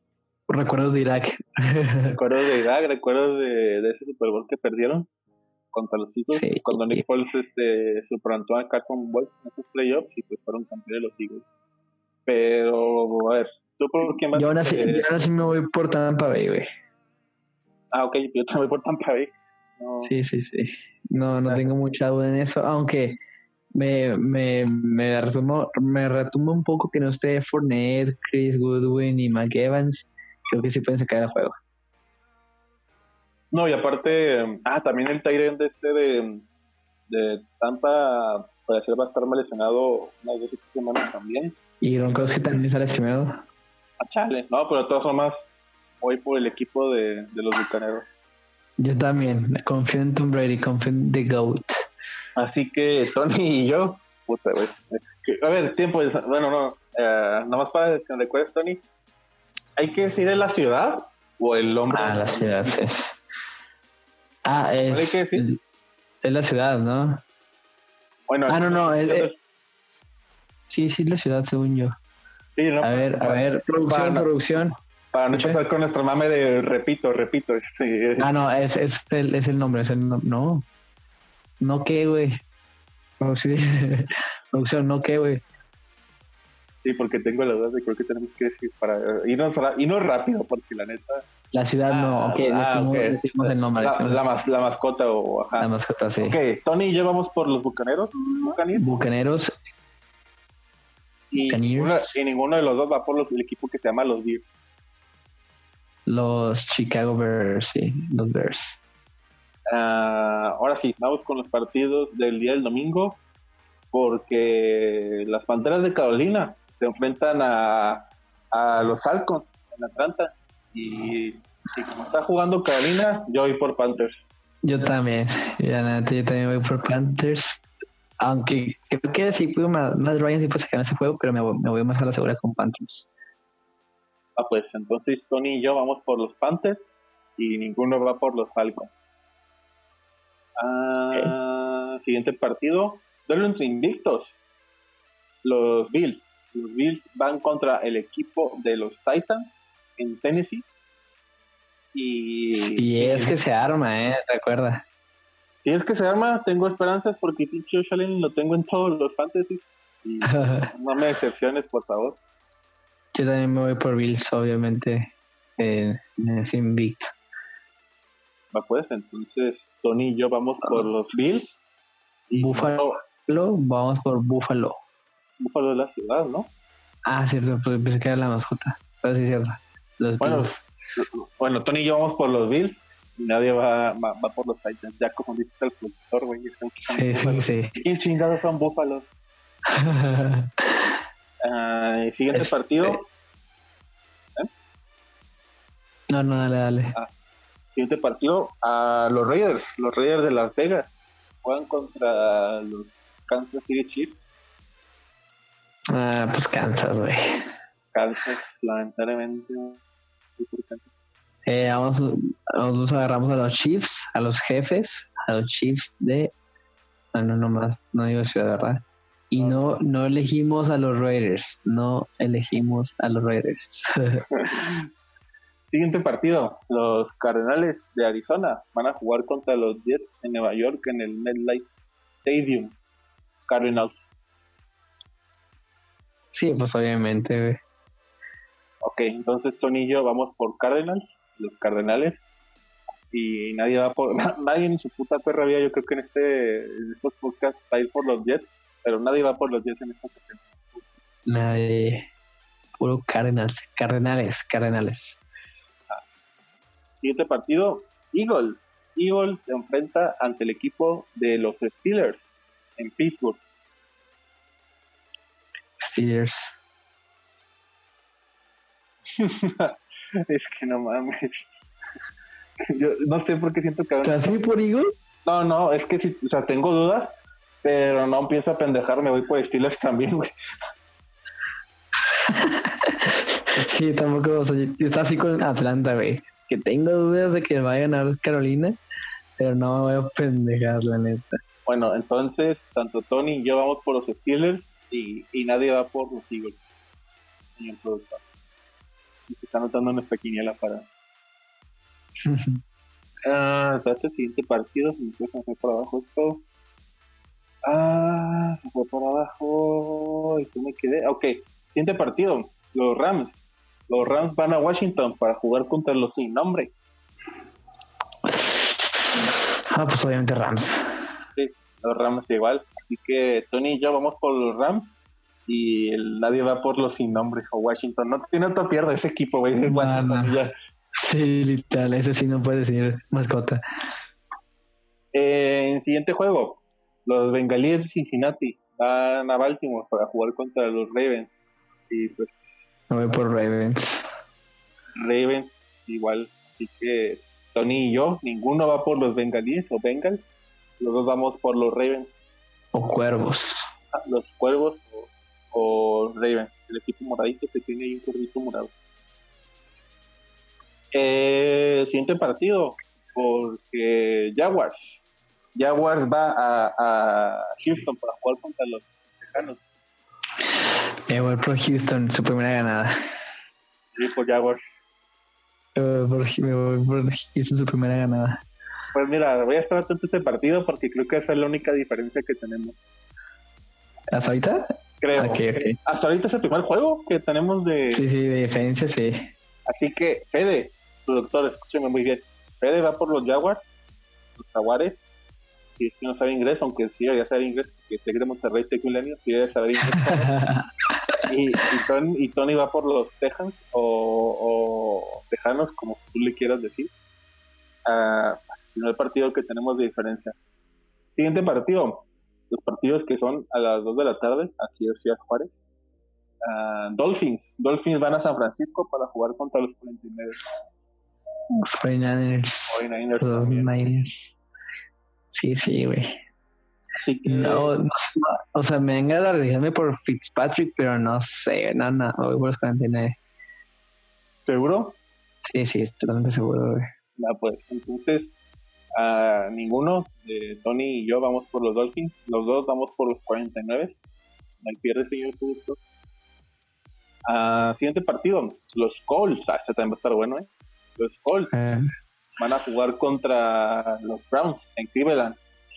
Recuerdos de Irak. Recuerdos de Irak, recuerdos de, de ese Super Bowl que perdieron contra los Eagles, Sí. cuando Nick Foles este, suplantó a Carson Wentz en esos playoffs y pues fueron campeones de los Eagles. Pero, a ver, ¿tú por quién vas? Yo ahora sí, Eh, yo ahora sí me voy por Tampa Bay, güey. Ah, ok, yo también voy por Tampa Bay. No, Sí, sí, sí. No, no tengo mucha duda en eso, aunque me, me, me, resumo, me retumba un poco que no esté Fournette, Chris Goodwin y Mike Evans. Creo que sí pueden sacar el juego. no, y aparte, ah, también el tight end este de, de Tampa, parece va a estar mal lesionado unas dos semanas también. Y Gronkowski también está lastimado. Ah, chale. No, pero de todas formas, voy por el equipo de, de los Bucaneros. Yo también, confío en Tom Brady, confío en The GOAT. Así que Tony y yo, puta, güey. A ver, tiempo, de, bueno, no, eh, nada más para que me recuerdes, Tony, ¿hay que decir en la ciudad o el nombre? Ah, la ciudad es. Ah, es. ¿Hay que decir? Es la ciudad, ¿no? Bueno, ah, no, no, es, es, sí, sí, es la ciudad, según yo. Sí, no, a ver, para, a ver, producción, para, producción. Para no empezar con nuestro mame de repito, repito. Este, ah, no, es, es, el, es el nombre, es el nombre. No, no qué, güey. Producción, producción, no qué, güey. Sí, porque tengo la duda de creo que tenemos que decir para irnos, irnos rápido, porque la neta. La ciudad ah, no, ok, ah, decimos, okay. decimos el nombre. La, decimos la, mas, la mascota o ajá. La mascota, sí. Ok, Tony y yo vamos por los Bucaneros. Bucaneros. Bucaneros. Y, ninguno, y ninguno de los dos va por los, el equipo que se llama los Bears. Los Chicago Bears, sí, los Bears. Uh, ahora sí, vamos con los partidos del día del domingo, porque las Panteras de Carolina se enfrentan a, a los Falcons en Atlanta. Y, y como está jugando Carolina, yo voy por Panthers. Yo también, ya nada, yo también voy por Panthers. Aunque creo que sí puedo más, más Ryan sí puede sacar ese juego, pero me voy, me voy más a la segura con Panthers. Ah, pues entonces Tony y yo vamos por los Panthers y ninguno va por los Falcons. Ah, okay. Siguiente partido, duelo entre invictos. Los Bills. Los Bills van contra el equipo de los Titans en Tennessee. Y si es que se arma, eh, recuerda. Si es que se arma, tengo esperanzas porque pinche Josh Allen lo tengo en todos los fantasy. Y no me decepciones, por favor. Yo también me voy por Bills, obviamente, eh, en ese invicto. Va pues, entonces Tony y yo vamos por los Bills. Y Buffalo, no, vamos por Buffalo. Buffalo es la ciudad, ¿no? Ah, cierto, pues pensé que era la mascota. Pero sí, cierto. Los bueno, Bills. bueno, Tony y yo vamos por los Bills. Y nadie va, va, va por los Titans. Ya como dice el productor, güey. Sí, sí, sí. ¿Quién chingados son Búfalos? Uh, siguiente este... partido. ¿Eh? No, no, dale, dale. Ah, siguiente partido a uh, los Raiders, los Raiders de Las Vegas juegan contra los Kansas City Chiefs. Ah, pues Kansas, güey. Kansas, lamentablemente. Eh, vamos, nos agarramos a los Chiefs, a los jefes, a los Chiefs de. Ah, no, no más, no digo ciudad, ¿verdad? Y no, no elegimos a los Raiders, no elegimos a los Raiders. Siguiente partido, los Cardenales de Arizona van a jugar contra los Jets en Nueva York en el MetLife Stadium. Cardinals. Sí, pues obviamente, güey. Ok, entonces Tony y yo vamos por Cardinals, los Cardenales. Y nadie va por, nadie en su puta perra vida, yo creo que en este en estos podcasts va a ir por los Jets, pero nadie va por los Jets en esta ocasión. Nadie, puro Cardinals, Cardenales, Cardenales. Ah. Siguiente partido, Eagles. Eagles se enfrenta ante el equipo de los Steelers en Pittsburgh. Steelers. Es que no mames. Yo no sé por qué siento que... ¿Casi por Eagles? No, no, es que sí, o sea, tengo dudas, pero no pienso pendejar, me voy por Steelers también, güey. Sí, tampoco, o sea, yo estoy así con Atlanta, güey. Que tengo dudas de que va a ganar Carolina, pero no me voy a pendejar, la neta. Bueno, entonces, tanto Tony y yo vamos por los Steelers y, y nadie va por los Eagles. Señor productor. Y se está notando una pequeñela para... Ah, este siguiente partido, se me fue, se me fue por abajo esto. Ah, se fue por abajo. Y tú me quedé. Ok, siguiente partido. Los Rams. Los Rams van a Washington para jugar contra los sin nombre. Ah, pues obviamente Rams. Sí, los Rams igual. Así que Tony y yo vamos por los Rams. Y el, nadie va por los sin nombre o Washington. No tiene otro pierde ese equipo, güey. Es Washington. No, no. Ya. Sí, literal. Ese sí no puede decir mascota. Eh, en siguiente juego. Los Bengalíes de Cincinnati van a Baltimore para jugar contra los Ravens. Y pues. Me voy por Ravens. Ravens igual. Así que Tony y yo, ninguno va por los Bengalíes o Bengals. Los dos vamos por los Ravens. O Cuervos. Ah, los Cuervos o, o Ravens. El equipo moradito que tiene ahí un cuervito morado. Eh, siguiente partido. Porque Jaguars. Jaguars va a, a Houston para jugar contra los Tejanos. Me voy por Houston, su primera ganada. Sí, por Jaguars. Me voy por, me voy por Houston, su primera ganada. Pues mira, voy a estar atento a este partido porque creo que esa es la única diferencia que tenemos. ¿Hasta ahorita? Creo. Okay, okay. Hasta ahorita es el primer juego que tenemos de... Sí, sí, de diferencia, sí. Así que, Fede, tu doctor, escúcheme muy bien. Fede va por los Jaguars, los Jaguares. Si es que no sabe inglés, aunque sí debería saber inglés, porque sé que de Monterrey, Tec Milenio, sí debe saber inglés. y, y, Tony, y Tony va por los Texans o, o Tejanos, como tú le quieras decir. Uh, el primer partido que tenemos de diferencia. Siguiente partido. Los partidos que son a las dos de la tarde, aquí en Ciudad Juárez. Uh, Dolphins. Dolphins van a San Francisco para jugar contra los cuarenta y nueve. cuarenta y nueve ers. cuarenta y nueve Los Niners. Sí, sí, güey. Así que... No, no, no, o sea, me venga a arriesgarme por Fitzpatrick, pero no sé, no, no, voy por los cuarenta y nueve. ¿Seguro? Sí, sí, estoy totalmente seguro, güey. Ya, pues, entonces, uh, ninguno de Tony y yo vamos por los Dolphins. Los dos vamos por los cuarenta y nueve. No hay pierde, señor productor. Uh, siguiente partido, los Colts. Ah, este también va a estar bueno, ¿eh? Los Colts eh. van a jugar contra los Browns en Cleveland.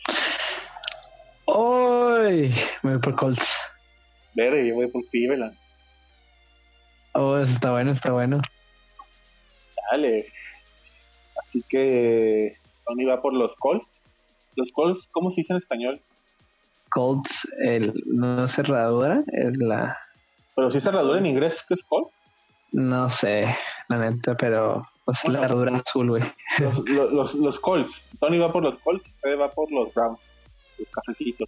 ¡Uy! Me voy por Colts. Verde, yo voy por Cleveland. Oh, eso está bueno, está bueno. Dale. Así que Tony va por los Colts. Los Colts, ¿cómo se dice en español? Colts, el, no es cerradura, es la... Pero si ¿sí cerradura en inglés, ¿qué es Colt? No sé, la neta, pero pues bueno, la herradura azul, güey. Los, los, los, los Colts. Tony va por los Colts, usted va por los Browns, los cafecitos.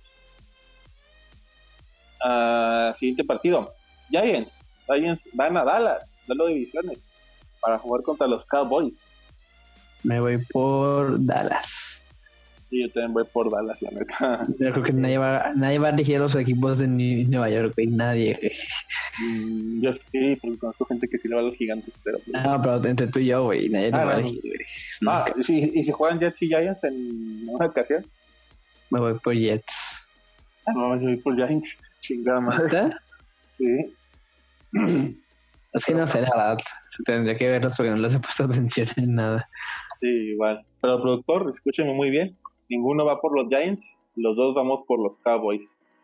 Uh, siguiente partido. Giants. Giants van a Dallas, duelo de divisiones, para jugar contra los Cowboys. Me voy por Dallas. Sí, yo también voy por Dallas, la neta. Yo creo que nadie va, nadie va a elegir los equipos de Nueva York, güey. Nadie, güey. Mm, yo sí, porque conozco gente que sí le va a los gigantes, pero... No, pero entre tú y yo, güey, nadie ah, le va a elegir, güey. No, ah, ¿y si, ¿y si juegan Jets y Giants en una ocasión? Me voy por Jets. Ah, no, yo voy por Giants. Chingada madre. ¿Verdad? Sí. Es que no sé, la verdad. Se tendría que verlos porque no les he puesto atención en nada. Sí, igual. Pero productor, escúcheme muy bien. Ninguno va por los Giants, los dos vamos por los Cowboys.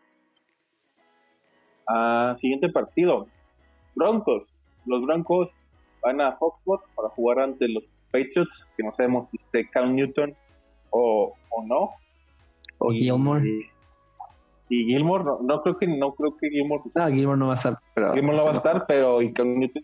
Ah, siguiente partido. Broncos. Los Broncos van a Foxborough para jugar ante los Patriots, que no sabemos si esté Cam Newton o, o no. O y, Gilmore. Y, y Gilmore, no, no creo que no creo que Gilmore. No, Gilmore no va a estar. Pero Gilmore no va a estar, pero y Cam Newton.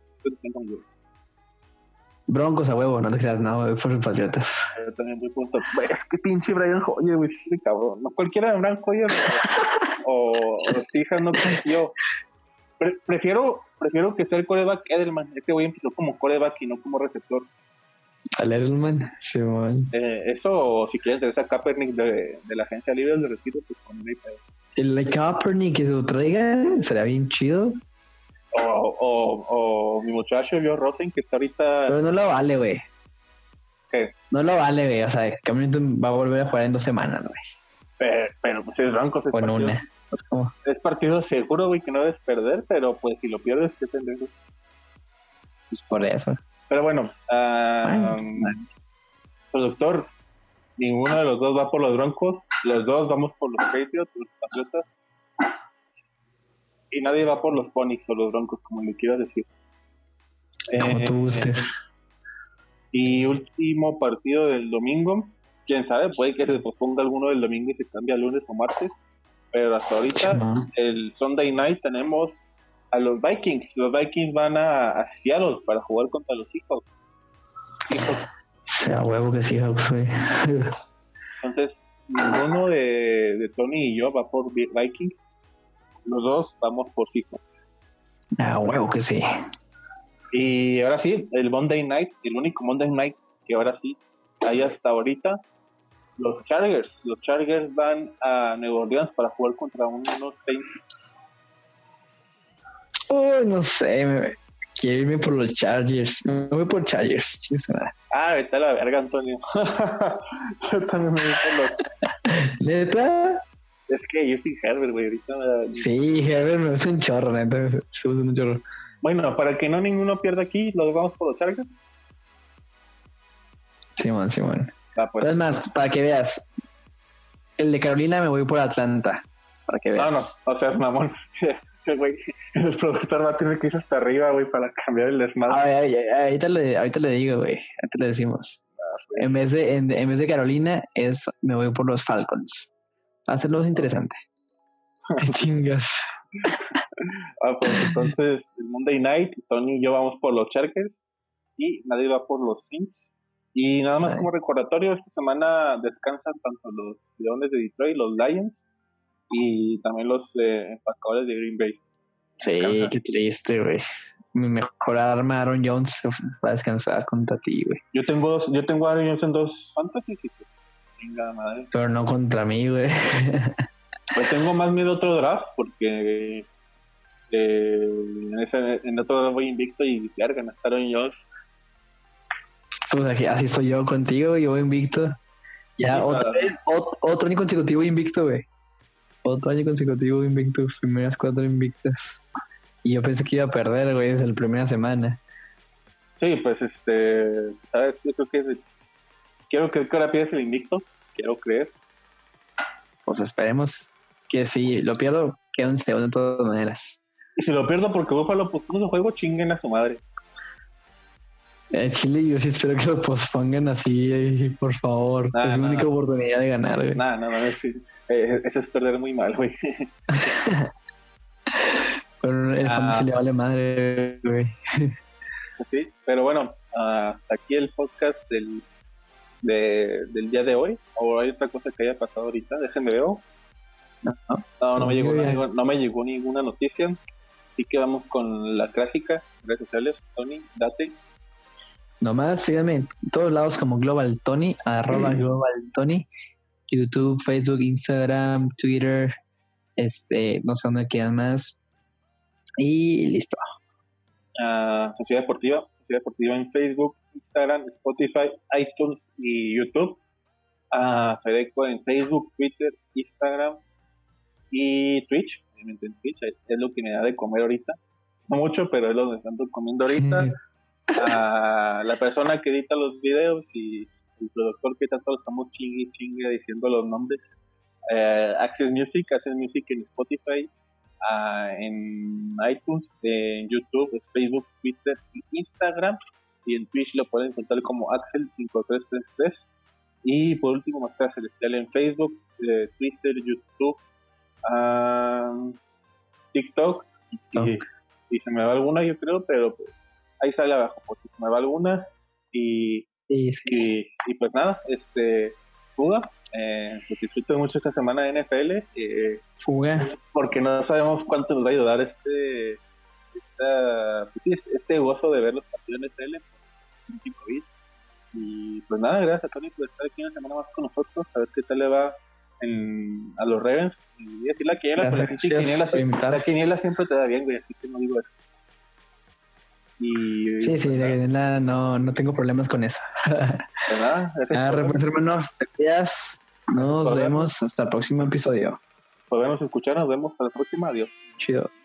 Broncos a huevo, no te creas, no, güey, por los Patriotas. Yo también voy punto. Es que pinche Brian Hoyer, güey, sí, cabrón. No cualquiera de Brian Hoyer o, o Tijas no confió. Pre- prefiero, prefiero que sea el coreback Edelman. Ese güey empezó como coreback y no como receptor. ¿Al Edelman? Sí, man. Eh, eso, si quieres, interesa a Kaepernick de, de la agencia libre de retiro, pues con él. El Kaepernick que se lo traiga, sería bien chido. O, o, o mi muchacho Joe Rosen, que está ahorita... Pero no lo vale, güey. ¿Qué? No lo vale, güey. O sea, Cam Newton va a volver a jugar en dos semanas, güey. Pero, pero pues es Broncos. Es, bueno, una. Es, como... es partido seguro, güey, que no debes perder, pero pues si lo pierdes, ¿qué tendrás? Pues por eso. Pero bueno, uh, bueno, Productor, ninguno de los dos va por los Broncos, los dos vamos por los Patriots, los Patriotas, y nadie va por los Ponies o los Broncos, como le quieras decir. Como eh, tú gustes. Y último partido del domingo, quién sabe, puede que se posponga alguno del domingo y se cambie a lunes o martes, pero hasta ahorita, No. el Sunday night tenemos a los Vikings. Los Vikings van a, a Seattle para jugar contra los Seahawks. Seahawks. Sea huevo que sí, Hawks, güey. Entonces, ninguno de, de Tony y yo va por Vikings. Los dos vamos por Seahawks. Ah, huevo que sí. Y ahora sí, el Monday night, el único Monday night que ahora sí hay hasta ahorita, los Chargers. Los Chargers van a Nueva Orleans para jugar contra unos Saints. Oh, no sé, me... quiero irme por los Chargers. Me voy por Chargers. Chisma. Ah, vete a la verga, Antonio. Yo también me voy por los... ¿Neta? Es que Justin Herbert, güey, ahorita... Me... Sí, Herbert me gusta un chorro, neta. Me gusta un chorro. Bueno, para que no ninguno pierda aquí, los vamos por los Chargers. Simón, Simón. Ah, pues. Es más, para que veas, el de Carolina me voy por Atlanta. Para que veas. No, no, o sea, es mamón. Güey, el productor va a tener que ir hasta arriba, güey, para cambiar el desmadre. Ay, ay, ay, ahorita, le, ahorita le digo, güey. Ahorita le decimos. Ah, pues. En vez de, en, en vez de Carolina, es me voy por los Falcons. Hacerlo interesante. Chingas. Ah, pues entonces, el Monday Night, Tony y yo vamos por los Chargers y nadie va por los Saints. Y nada más Ay. como recordatorio, esta semana descansan tanto los Leones de Detroit, los Lions, y también los eh, empacadores de Green Bay. Sí, Descansan. qué triste, güey. Mi mejor arma, Aaron Jones, va a descansar contra ti, güey. Yo tengo dos, yo tengo a Aaron Jones en dos fantasy, y pues, chingada madre. Pero no contra mí, güey. Pues tengo más miedo a otro draft porque eh, en, ese, en otro draft voy invicto y verga, no está Aaron Jones. Pues aquí, así estoy yo contigo, yo voy invicto. Ya, Sí, otra claro. vez, ot- otro año consecutivo invicto, güey. Otro año consecutivo invicto, primeras cuatro invictas. Y yo pensé que iba a perder, güey, desde la primera semana. Sí, pues este, ¿sabes? Yo creo que es, quiero creer que ahora pierdes el invicto, quiero creer. Pues esperemos que si lo pierdo, queda un segundo de todas maneras. Y si lo pierdo porque Buffalo pospuso su juego, chinguen a su madre. Eh, Chile, yo sí espero que lo pospongan así, eh, por favor. Nah, es mi nah, única nah. oportunidad de ganar, güey. Nada, no, no, es, eh, eso es perder muy mal, güey. Pero el Ah. fantasy le vale madre, güey. Sí, pero bueno, hasta aquí el podcast del, de, del día de hoy. ¿O hay otra cosa que haya pasado ahorita? Déjenme ver. No, No, no me, Sí, llegó, ya. no, no me llegó ninguna noticia. Así que vamos con la clásica. Redes sociales, Tony, date. Nomás síganme en todos lados como Global Tony, arroba Global Tony, YouTube, Facebook, Instagram, Twitter, este, no sé dónde quedan más. Y listo. Uh, Sociedad Deportiva, Sociedad Deportiva en Facebook, Instagram, Spotify, iTunes y YouTube. Uh, Fedeco en Facebook, Twitter, Instagram y Twitch. Obviamente en Twitch es lo que me da de comer ahorita. No mucho, pero es lo que ando comiendo ahorita. A la persona que edita los videos y el productor que tanto lo estamos chingue y chingue diciendo los nombres. Uh, Access Music, Access Music en Spotify, uh, en iTunes, en YouTube, Facebook, Twitter y Instagram. Y en Twitch lo pueden encontrar como Axel cinco tres tres tres. Y por último, Máscara Celestial en Facebook, eh, Twitter, YouTube, uh, TikTok. Y, y se me va alguna, yo creo, pero pues, ahí sale abajo, porque se me va alguna. Y, Sí, sí. y, y pues nada, este, Fuga, eh, pues disfruten mucho esta semana de N F L, eh, Fuga. porque no sabemos cuánto nos va a ayudar este, esta, pues sí, este gozo de ver los partidos de N F L sin COVID. Y pues nada, gracias a Tony por estar aquí una semana más con nosotros, a ver qué tal le va en, a los Ravens. Y decir la quiniela, pues la Gracias pinche quiniela, por invitar. la quiniela siempre te da bien, güey, así que no digo eso. Y Sí, sí, de verdad no, no tengo problemas con eso. pues nada, gracias Ah, por, pues hermano, te cuidas. Nos Nos vemos. vemos hasta el próximo episodio. podemos escuchar, nos vemos hasta la próxima, adiós. Chido.